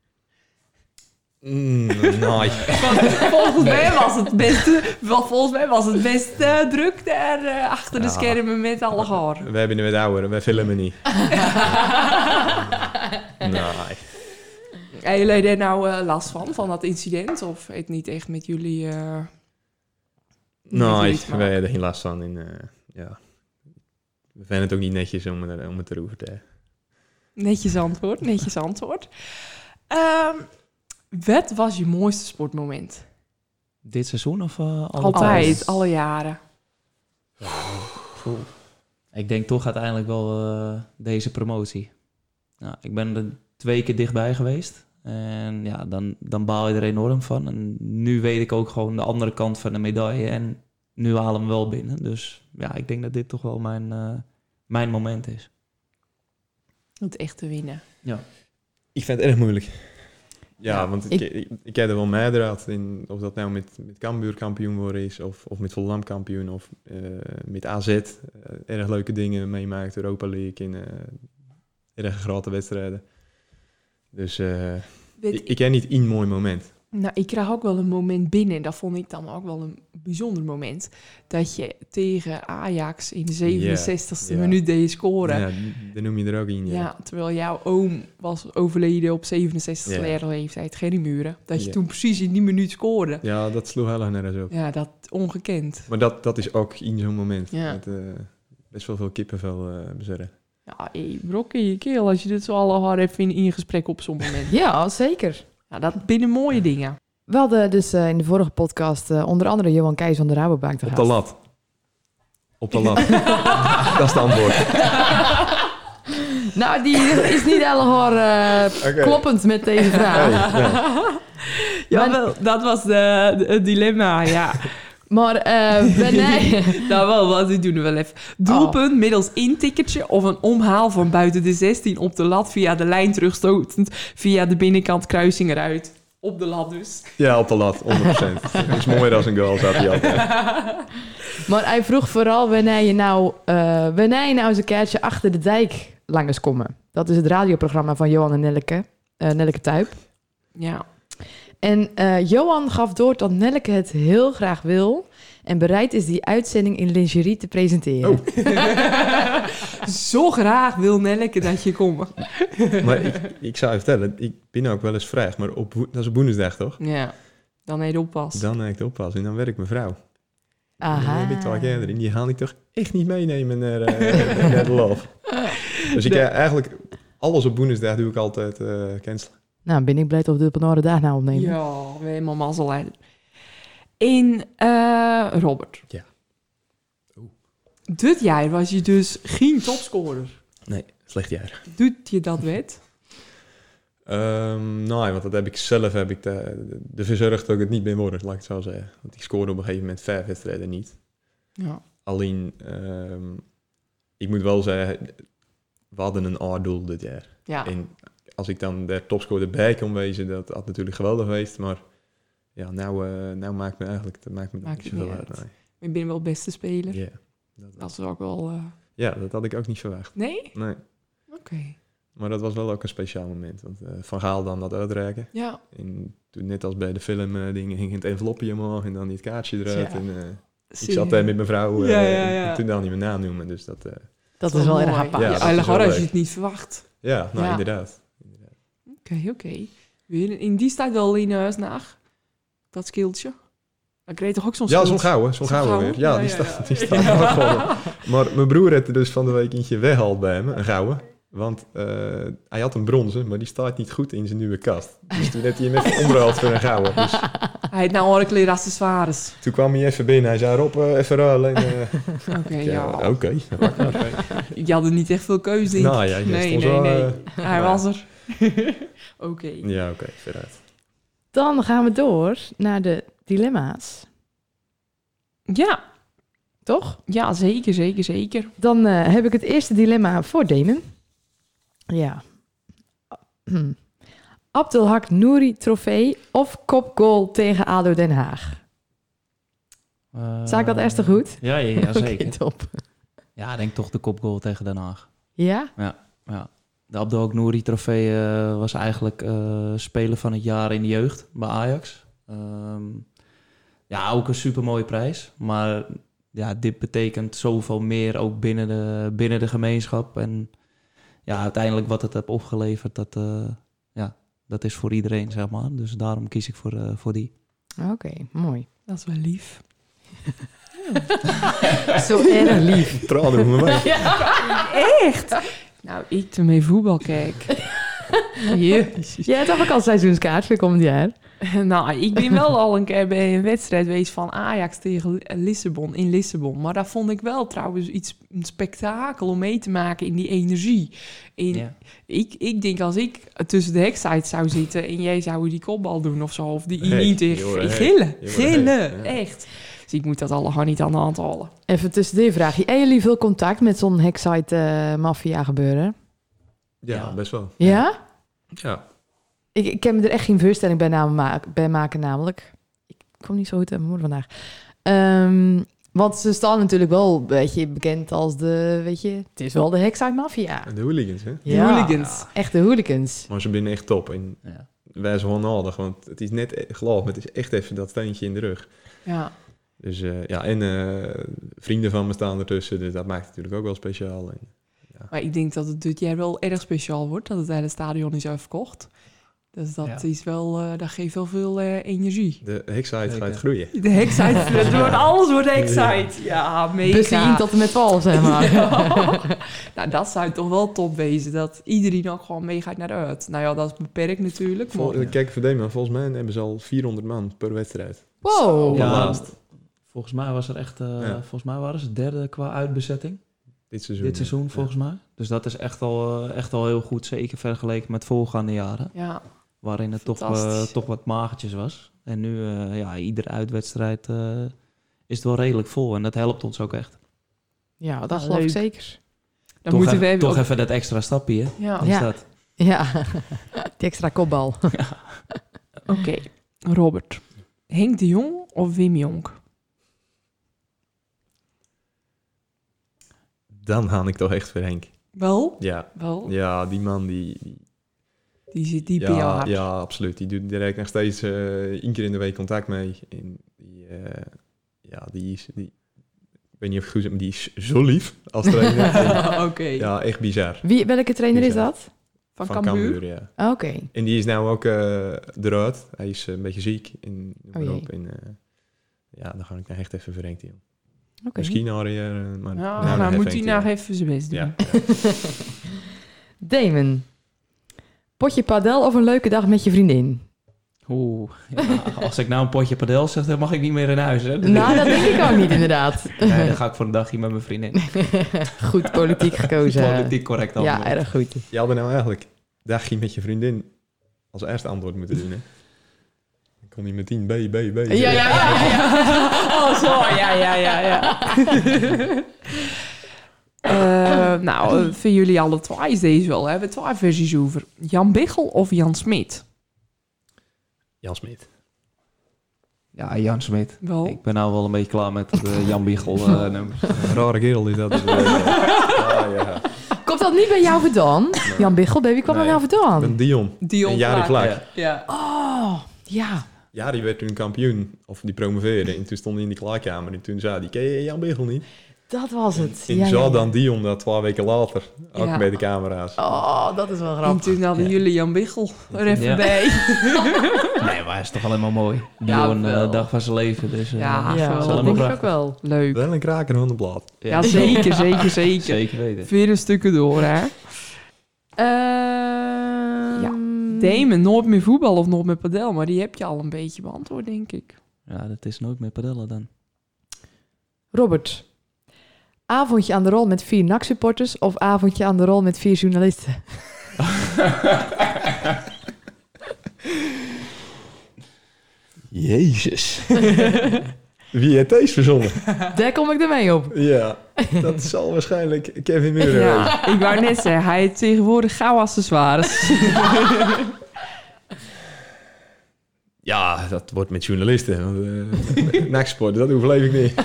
Mm, nee. Volgens mij was het best, volgens mij was het best uh, druk daar uh, achter de ja. schermen met alle haar. We hebben nu wat ouder, wij filmen niet. Nee. Hebben jullie daar nou uh, last van, van dat incident? Of het niet echt met jullie... Uh, nee, wij hebben er geen last van. En, uh, ja. We vinden het ook niet netjes om, er, om het erover te hebben. Netjes antwoord, netjes antwoord. Um, Wat was je mooiste sportmoment? Dit seizoen of uh, alle altijd, tijd? alle jaren. Ja, cool. Ik denk toch uiteindelijk wel uh, deze promotie. Nou, ik ben er twee keer dichtbij geweest. En ja, dan, dan baal je er enorm van. En nu weet ik ook gewoon de andere kant van de medaille. En nu halen we hem wel binnen. Dus ja, ik denk dat dit toch wel mijn, uh, mijn moment is. Het echte winnen. Ja. Ik vind het erg moeilijk. Ja, ja, want ik, ik, ik, ik heb er wel meedraad in, of dat nou met, met Cambuur kampioen worden is, of, of met Volendam kampioen, of uh, met A Z. Uh, erg leuke dingen meemaakt, Europa League, in uh, erg grote wedstrijden. Dus uh, ik, ik heb niet één mooi moment. Nou, ik krijg ook wel een moment binnen. Dat vond ik dan ook wel een bijzonder moment. Dat je tegen Ajax in de zevenenzestigste yeah, yeah. minuut deed scoren. Ja, dat noem je er ook in. Ja, ja terwijl jouw oom was overleden op zevenenzestigste yeah. leeftijd, Gerry Muren. Dat je yeah. toen precies in die minuut scoorde. Ja, dat sloeg heel erg nergens op. Ja, dat ongekend. Maar dat, dat is ook in zo'n moment. Ja. Met uh, best wel veel kippenvel uh, bezorgen. Ja, hey, brokkie, keel, als je dit zo alle hard hebt in, in je gesprek op zo'n moment. Ja, zeker. Ja, dat binnen mooie dingen. We hadden dus uh, in de vorige podcast uh, onder andere Johan Keijs van de Rabobank te Op gast. de lat. Op de lat. Dat is het antwoord. Nou, die is niet helemaal uh, okay. kloppend met deze vraag. Hey, ja, ja wel, dat was de, de, het dilemma, ja. Maar uh, ben nee. Nou wel, wat doen we wel even. Doelpunt oh. middels intikkertje of een omhaal van buiten de zestien op de lat via de lijn terugstotend via de binnenkant kruising eruit. Op de lat dus. Ja, op de lat, honderd procent. Dat is mooier als een goal, zat hij altijd. Maar hij vroeg vooral wanneer je nou, uh, wanneer je nou eens een keertje achter de dijk langs komen. Dat is het radioprogramma van Johan en Nelleke, uh, Nelleke Tuyp. Ja. En uh, Johan gaf door dat Nelleke het heel graag wil en bereid is die uitzending in lingerie te presenteren. Oh. Zo graag wil Nelleke dat je komt. Maar ik, ik zou je vertellen, ik ben ook wel eens vrij, maar op, wo- dat is op woensdag toch? Ja, dan heb je oppas. Dan heb ik de oppas en dan werkt mijn vrouw. Aha. Dan heb ik twee kinderen en die ga ik toch echt niet meenemen naar, uh, naar de love. Dus ik De- uh, eigenlijk, alles op woensdag doe ik altijd uh, cancelen. Nou, ben ik blij dat we dit op een andere dag nou opnemen. Ja, we hebben helemaal mazzel. Hè. In uh, Robert. Ja. Oeh. Dit jaar was je dus geen topscorer. Nee, slecht jaar. Doet je dat wet? Um, nou, want dat heb ik zelf heb ik de, de verzorgd dat ik het niet meer word, laat ik het zo zeggen. Want ik scoorde op een gegeven moment vijf wedstrijden niet. Ja. Alleen, um, ik moet wel zeggen, we hadden een A-doel dit jaar. Ja. En als ik dan de topscorer bij kon wezen, dat had natuurlijk geweldig geweest. Maar ja, nou, uh, nou maakt me eigenlijk dat maakt me Maakt niet het zoveel niet uit. uit. Ik ben wel beste speler. Nee. Ja, dat, Dat is ook wel... Uh... ja, dat had ik ook niet verwacht. Nee? Nee. Oké. Okay. Maar dat was wel ook een speciaal moment. Want uh, Van Gaal dan dat uitreiken. Ja. En toen net als bij de film uh, dingen hing het envelopje omhoog en dan die het kaartje eruit. Ja. En, uh, ik zat daar met mijn vrouw uh, ja, ja, ja. en toen dan niet mijn naam noemen. Dus dat, uh, Dat is wel erg mooi. apart. Ja, Ja, dat eigenlijk is wel hoor, als je leuk. het niet verwacht. ja, nou Ja. inderdaad. Oké, okay, oké. Okay. In die staat wel in huis naar. Dat skilltje. Dan kreeg je toch ook zo'n Ja, schild? zo'n gouden, zo'n Zo'n gouden gouden? weer. Ja, Ja, die ja, staat, ja. die staat Ja. ook gewoon. Maar mijn broer had er dus van de week eentje weggehaald bij me, een gouden. Want uh, hij had een bronzen, maar die staat niet goed in zijn nieuwe kast. Dus toen heeft hij hem even omgehaald voor een gouden. Dus Hij heeft nou orkeleer accessoires. toen kwam hij even binnen. Hij zei, Rob, uh, even ruilen. En, uh, Oké, okay, ja, ja. oké. Okay. Okay. Je had er niet echt veel keuze in. Nou ja, je nee, stond nee, zo, nee. uh, Hij was er. Oké. Okay. Ja, oké, okay, veruit. Dan gaan we door naar de dilemma's. Ja. Toch? Ja, zeker, zeker, zeker. Dan uh, heb ik het eerste dilemma voor Damon. Ja. Abdelhak Nouri trofee of kopgoal tegen A D O Den Haag? Uh, Zag ik dat eerst goed? Ja, ja, ja zeker. Okay, top. Ja, ik denk toch de kopgoal tegen Den Haag. Ja? Ja, ja. De Abdelhak Nouri trofee uh, was eigenlijk uh, speler van het jaar in de jeugd bij Ajax. Um, ja, ook een supermooie prijs. Maar ja, dit betekent zoveel meer ook binnen de, binnen de gemeenschap. En ja, uiteindelijk wat het heeft opgeleverd, dat, uh, ja, dat is voor iedereen, zeg maar. Dus daarom kies ik voor, uh, voor die. Oké, okay, mooi. Dat is wel lief. Zo erg lief. Tranen doen we mee. Ja, echt? Nou, ik ermee voetbal kijk. Jezus. Jij hebt toch ook al seizoenskaart voor komend jaar? Nou, ik ben wel al een keer bij een wedstrijd geweest van Ajax tegen Lissabon, in Lissabon. Maar daar vond ik wel trouwens iets, een spektakel om mee te maken in die energie. En Ja. ik, ik denk als ik tussen de heksite zou zitten en jij zou die kopbal doen of zo, of die Hey, niet tegen joh, hey. gillen, Joh, gillen, hey. Ja. echt. Dus ik moet dat allemaal niet aan de hand halen. Even tussen die vraag. Hebben jullie veel contact met zo'n Hexite uh, maffia gebeuren? Ja, Ja. best wel. Ja? Ja. Ik, ik kan me er echt geen voorstelling bij, naam ma- bij maken namelijk. Ik kom niet zo goed uit mijn moeder vandaag. Um, want ze staan natuurlijk wel een beetje bekend als de, weet je... Het is wel de Hexite maffia. En de hooligans, hè? De hooligans. Echte hooligans. Maar ze zijn echt top. En Ja. wij zijn onnodig, want het is net, geloof me, het is echt even dat steentje in de rug. Ja. Dus uh, ja, en uh, vrienden van me staan ertussen, dus dat maakt het natuurlijk ook wel speciaal. En, ja. Maar ik denk dat het dit jaar wel erg speciaal wordt, dat het hele stadion is uitverkocht. Dus dat Ja. is wel, uh, dat geeft wel veel uh, energie. De hexite Zeker. gaat groeien. De hexite, het wordt alles wordt hexite. Ja, mega. Bussen tot en met twaalf, zeg maar. Ja. Nou, dat zou toch wel top wezen, dat iedereen ook gewoon meegaat naar de uit. Nou ja, dat is beperkt natuurlijk. Vol, Maar... Kijk, voor Deeman, volgens mij hebben ze al vierhonderd man per wedstrijd. Wow. Ja. Ja, laatst. volgens mij was er echt, uh, Ja. volgens mij waren ze derde qua uitbezetting. Dit seizoen. Dit seizoen, ja. volgens mij. Dus dat is echt al, uh, echt al heel goed, zeker vergeleken met voorgaande jaren. Ja, Waarin het toch, uh, Fantastisch. toch wat magertjes was. En nu, uh, ja, iedere uitwedstrijd uh, is het wel redelijk vol. En dat helpt ons ook echt. Ja, dat Ja, geloof ik leuk. zeker. dan toch moeten even, we even... toch ook- even dat extra stapje, hè? Ja. Is Ja. dat. Ja, die extra kopbal. Oké, Robert. Henk de Jong of Wim Jonk? Dan ga ik toch echt voor Henk. Wel? Ja, Wel? ja die man die... die Die zit diep in jouw ja, hart. ja, absoluut. Die doet direct nog steeds uh, één keer in de week contact mee. En die, uh, ja, die is... Die, ik weet niet of ik goed zeg, maar die is zo lief als trainer. Oké. Okay. Ja, echt bizar. Wie, welke trainer bizar. is dat? Van, Van Cambuur? Cambuur, ja. Oké. Okay. En die is nou ook uh, eruit. Hij is uh, een beetje ziek. En, oh jee. en, uh, ja, dan ga ik nou echt even verrenkt in. Okay. Misschien al uh, maar ja, nou, nou moet hij nou nog even zijn best doen. Ja, ja. Damon. Potje padel of een leuke dag met je vriendin? Oeh, ja, als ik nou een potje padel zeg, dan mag ik niet meer in huis, hè? Nou, dat denk ik ook niet, inderdaad. Nee, dan ga ik voor een dagje met mijn vriendin. Goed, politiek gekozen. Politiek correct antwoord. Ja, erg goed. Je had er nou eigenlijk dagje met je vriendin als eerste antwoord moeten doen, hè? Dan kon hij meteen B, B, B. Ja, ja, ja. ja. Oh, zo, ja, ja, ja, ja. uh, nou, uh, voor jullie alle twee is deze wel. We hebben twee versies over. Jan Biggel of Jan Smit? Jan Smit. Ja, Jan Smit. Wel. Ik ben nou wel een beetje klaar met de Jan Biggel uh, nummers. Rare kerel is dat. Dus, uh, ja, ja. Komt dat niet bij jou vandaan? Nee. Jan Biggel, baby, kwam nee, dat nou vandaan? Ik ben Dion. Dion en Jari Vlak. Ja. ja. Oh, ja. Jari werd toen kampioen, of die promoveerde. En toen stond hij in die klaarkamer en toen zei hij, ken je Jan Biggel niet? Dat was het. En ja, zo ja. dan Dion dat twee weken later, ook ja. bij de camera's. Oh, dat is wel grappig. En toen hadden ja. jullie Jan Biggel er even ja. bij. Nee, maar hij is toch alleen maar mooi. Ja, Dion, uh, dag van zijn leven. Dus, uh, ja, ja dat dat denk ik ook wel. Leuk. Wel een kraker van de blad. Ja, ja zeker, zeker, zeker. Zeker weten. Vier stukken door, hè? Uh, ja. Damon, nooit meer voetbal of nooit meer padel, maar die heb je al een beetje beantwoord, denk ik. Ja, dat is nooit meer padellen dan. Robert, avondje aan de rol met vier N A C-supporters of avondje aan de rol met vier journalisten? Jezus. Wie heeft deze verzonnen? Daar kom ik ermee op. Ja, dat zal waarschijnlijk Kevin Muren Ja, ik wou net zeggen, hij heeft tegenwoordig gauw accessoires. Ja, dat wordt met journalisten. Uh, Nachtsport, dat overleef ik niet.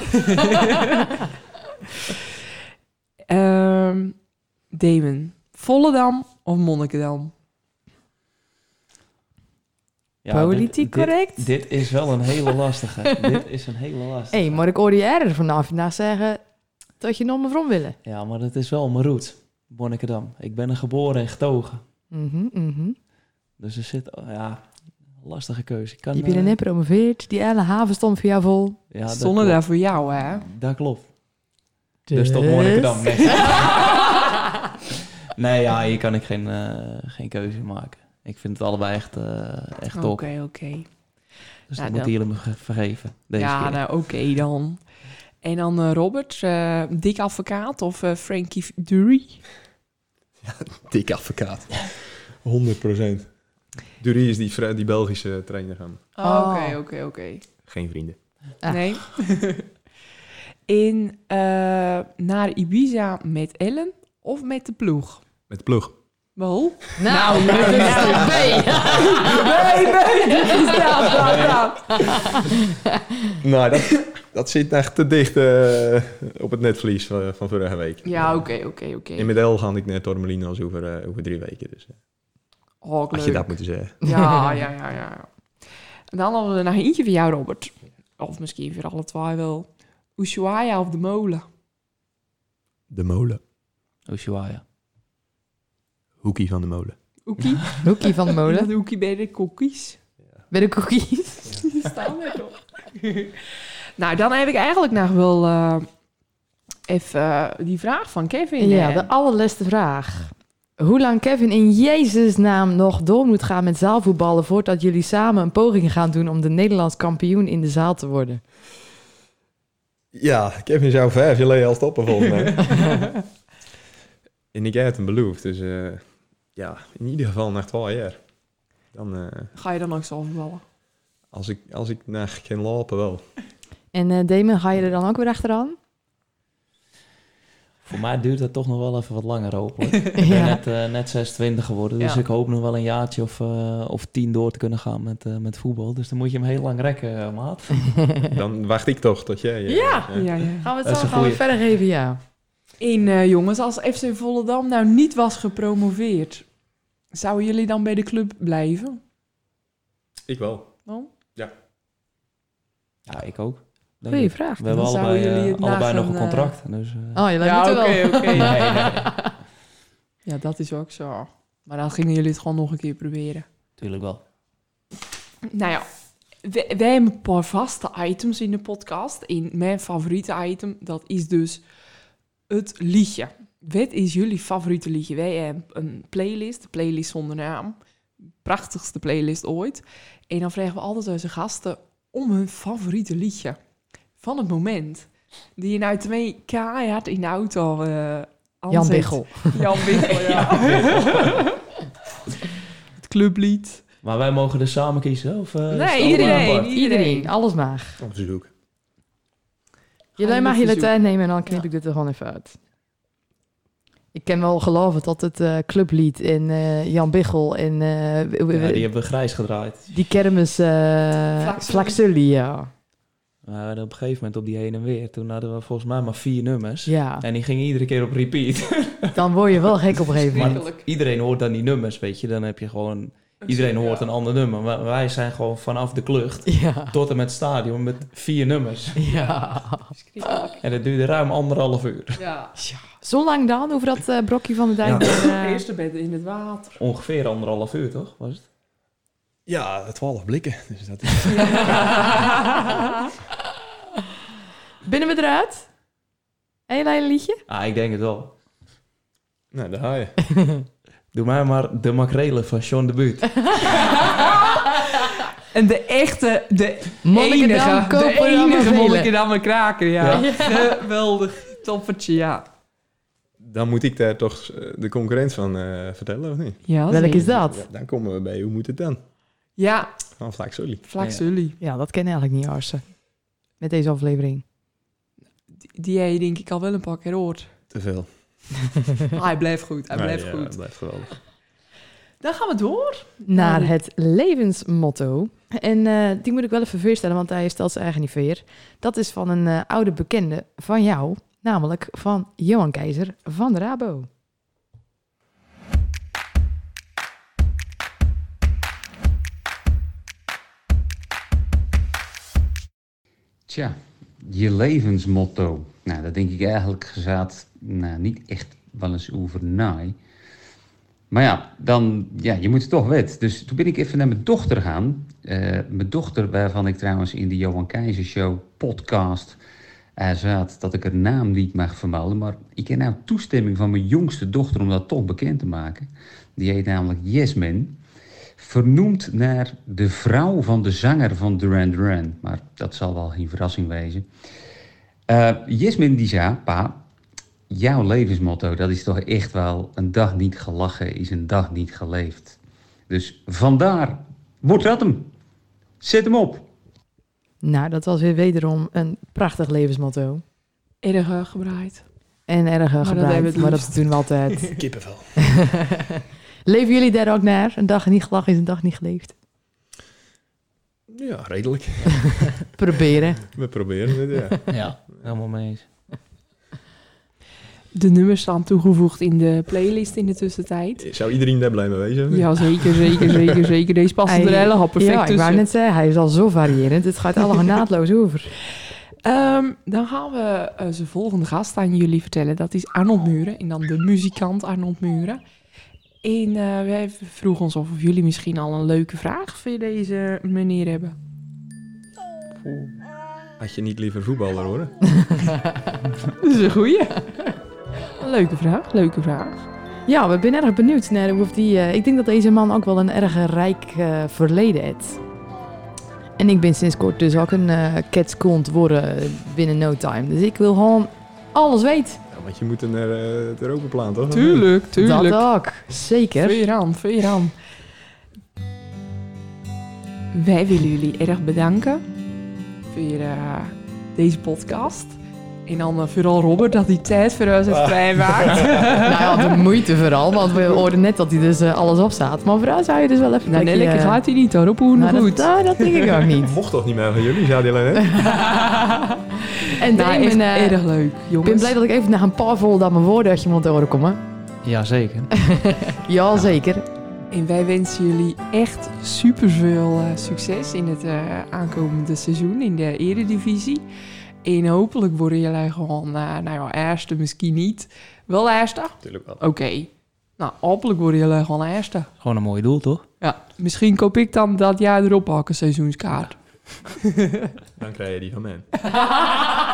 um, Damon, Volendam of Monnikendam? Ja, Politiek dit, correct? Dit, dit is wel een hele lastige. dit is een hele lastige. Hé, hey, maar ik hoorde je eerder vanaf vandaag zeggen dat je nog maar vrom willen. Ja, maar dat is wel mijn route. Monnikendam. Ik ben er geboren en getogen. Mm-hmm, mm-hmm. Dus er zit, ja, een lastige keuze. Ik kan, Je hebt hier net promoveerd. Die hele haven stond voor jou vol. Ja, stonden daar voor jou, hè? Dat klopt. Dus, dus toch Monnikendam. Nee. nee, ja, hier kan ik geen, uh, geen keuze maken. Ik vind het allebei echt, uh, echt top. Oké, okay, oké. Okay. Dus nou, dat moeten jullie me vergeven. Deze ja, keer. nou oké okay dan. En dan uh, Robert, uh, dik advocaat of uh, Frankie Dury? Ja, dik advocaat. honderd procent. Dury is die, die Belgische trainer van. Oké, oké, oké. Geen vrienden. Ah. Nee. In uh, naar Ibiza met Ellen of met de ploeg? Met de ploeg. Wel? Nou, nou, nou, nou B. Nee, nee, dit is dat, dat, dat. Nou, dat, dat zit echt te dicht uh, op het netvlies van, van vorige week. Ja, oké, okay, oké, okay, oké. Okay. In Medel ga ik naar Torremolinos over, uh, over drie weken. Dus, uh, oh, had je dat moeten zeggen. Ja, ja, ja, ja. En dan hadden we nog eentje voor jou, Robert. Of misschien voor alle twee wel. Ushuaia of de molen? De molen. Ushuaia. Hoekie van de molen. Hoekie? Hoekie van de molen. De hoekie bij de cookies. Ja. Bij de cookies. Ja. Die staan er toch. Nou, dan heb ik eigenlijk nog wel uh, even uh, die vraag van Kevin. Ja, hè? de allerlaatste vraag. Hoe lang Kevin in Jezus' naam nog door moet gaan met zaalvoetballen voordat jullie samen een poging gaan doen om de Nederlands kampioen in de zaal te worden? Ja, Kevin zou vijf jaar geleden al stoppen volgens mij. En ik heb het hem beloofd, dus uh, ja, in ieder geval na twee jaar. Dan, uh, ga je dan ook zo voetballen? Als ik, als ik naar kan lopen, wel. En uh, Damon, ga je er dan ook weer achteraan? Voor mij duurt het toch nog wel even wat langer, hopelijk. Ik ben Ja. net, uh, net zesentwintig geworden, dus Ja. ik hoop nog wel een jaartje of, uh, of tien door te kunnen gaan met, uh, met voetbal. Dus dan moet je hem heel lang rekken, uh, maat. Dan wacht ik toch tot jij... uh, Ja. uh, Ja, ja. Gaan we Dat het is zo een gaan we goeie. verder geven, ja. En uh, jongens, als F C Volendam nou niet was gepromoveerd, zouden jullie dan bij de club blijven? Ik wel. Oh? Ja, ik ook. Denk Goeie ik. vraag. We hebben Dan allebei, zouden jullie uh, het allebei na nog een gaan, uh, contract. Dus, uh, Oh, je lijkt Ja, me oké, wel. oké. nee, nee. Ja, dat is ook zo. Maar dan gingen jullie het gewoon nog een keer proberen. Tuurlijk wel. Nou ja, wij, wij hebben een paar vaste items in de podcast. En mijn favoriete item, dat is dus het liedje. Wat is jullie favoriete liedje? Wij hebben een playlist, de playlist zonder naam. Prachtigste playlist ooit. En dan vragen we altijd onze gasten om hun favoriete liedje. Van het moment. Die je nou twee keihard in de auto uh, Jan Biggel. Jan Biggel, ja. Het clublied. Maar wij mogen dus samen kiezen? Of, uh, is Nee, het allemaal iedereen. apart? Iedereen, alles mag. Op zoek. Jullie Ga mag je jullie verzoek. tijd nemen en dan knip Ja. ik dit er gewoon even uit. Ik kan wel geloven dat het uh, clublied en uh, Jan Biggel en uh, Ja, die hebben we grijs gedraaid. die kermis uh, Vlaksully. Vlaksully, ja. Maar op een gegeven moment op die heen en weer, toen hadden we volgens mij maar vier nummers. Ja, En die gingen iedere keer op repeat. dan word je wel gek op een gegeven Maar moment. Verschrikkelijk. iedereen hoort dan die nummers, weet je. Dan heb je gewoon... Iedereen hoort een ander nummer. Maar wij zijn gewoon vanaf de klucht Ja. tot en met het stadion met vier nummers. Ja. Verschrikkelijk. En dat duurde ruim anderhalf uur. Ja. Zo lang dan, over dat uh, brokje van de dijk. Ja. weer, uh, Eerste bed in het water. Ongeveer anderhalf uur, toch? Was het? Ja, twaalf blikken. Dus dat is... Binnen we eruit? Een hele liedje? Ah, ik denk het wel. Nou, daar ga je. Doe mij maar de makrelen van Sean de Buut. En de echte, de Monnikendam, enige, de Koperdam en enige Velen. Monnikendam en Kraker, ja. Ja. Geweldig, toppertje, ja. Dan moet ik daar toch eh, de concurrent van eh, vertellen, of niet? Ja, Welk zeker. is dat? Ja, dan komen we bij Hoe moet het dan? Ja, Van Vlak Sully. Vlak Ja. Sully. Ja, dat ken ik eigenlijk niet, Arsen. Met deze aflevering. Die, die jij denk ik al wel een paar keer hoort. Te veel. Ah, hij blijft goed, hij Nee, blijft ja, goed. het blijft geweldig. Dan gaan we door. Naar Ja, het levensmotto. En eh, die moet ik wel even voorstellen, want hij stelt zijn eigen niet veer. Dat is van een eh, oude bekende van jou, namelijk van Johan Keizer van de Rabo. Tja, je levensmotto. Nou, daar denk ik eigenlijk gezegd nou, niet echt wel eens over na. Maar ja, dan, ja, je moet het toch weten. Dus toen ben ik even naar mijn dochter gaan. Uh, mijn dochter, waarvan ik trouwens in de Johan Keizer Show podcast uh, zat, dat ik haar naam niet mag vermelden. Maar ik heb nou toestemming van mijn jongste dochter om dat toch bekend te maken. Die heet namelijk Jasmine. Vernoemd naar de vrouw van de zanger van Duran Duran. Maar dat zal wel geen verrassing wezen. Uh, Jasmine die zei, pa, jouw levensmotto, dat is toch echt wel een dag niet gelachen is een dag niet geleefd. Dus vandaar, wordt dat hem. Zet hem op. Nou, dat was weer wederom een prachtig levensmotto. Erg uh, gebraaid. En erg uh, dat hebben we gebruikt, het maar dat liefst. doen we altijd. Kippenvel. Leven jullie daar ook naar? Een dag niet gelachen is een dag niet geleefd. Ja, redelijk. Proberen. We proberen het, ja. Ja, helemaal mee eens. De nummers staan toegevoegd in de playlist in de tussentijd. Zou iedereen daar blij mee wezen? of niet? Ja, zeker, zeker, zeker, zeker. Deze past er Hij- helemaal perfect Ja, ik tussen. wou net zeggen, hij is al zo variërend. Het gaat allemaal naadloos over. Ehm, dan gaan we uh, zijn volgende gast aan jullie vertellen. Dat is Arnold Muren. En dan de muzikant Arnold Muren. En uh, wij vroegen ons af of jullie misschien al een leuke vraag voor deze meneer hebben. Had je niet liever voetballer hoor? Dat is een goeie. Een leuke vraag, leuke vraag. Ja, we zijn erg benieuwd naar of die... Uh, ik denk dat deze man ook wel een erg rijk uh, verleden heeft. En ik ben sinds kort dus ook een uh, catskont worden binnen no time. Dus ik wil gewoon alles weten. Ja, want je moet naar uh, het Europaplaan, toch? Tuurlijk, tuurlijk. Dat ook, zeker. Veer aan, veer aan. Wij willen jullie erg bedanken voor uh, deze podcast. En dan uh, vooral Robert, dat die tijd voor ons heeft vrijmaakt. Nou ja, de moeite vooral, want we hoorden net dat hij dus uh, alles opstaat. Maar vooral zou je dus wel even... Nou, nee, lekker gaat hij niet hoor, op hoe nou, goed. Dat, uh, dat denk ik ook niet. Mocht toch niet meer van jullie, zei die alleen net? En Nou, Damon, echt uh, erg leuk, ik jongens. ben blij dat ik even na een paar vol dat mijn woorden uit je mond horen komen. Jazeker. Ja, zeker. En wij wensen jullie echt superveel uh, succes in het uh, aankomende seizoen in de Eredivisie. En hopelijk worden jullie gewoon, uh, nou ja, eerste misschien niet. Wel eerste? Natuurlijk wel. Oké. Okay. Nou, hopelijk worden jullie gewoon eerste. Gewoon een mooi doel, toch? Ja, misschien koop ik dan dat jaar erop ook een seizoenskaart. Dan krijg je die van mij.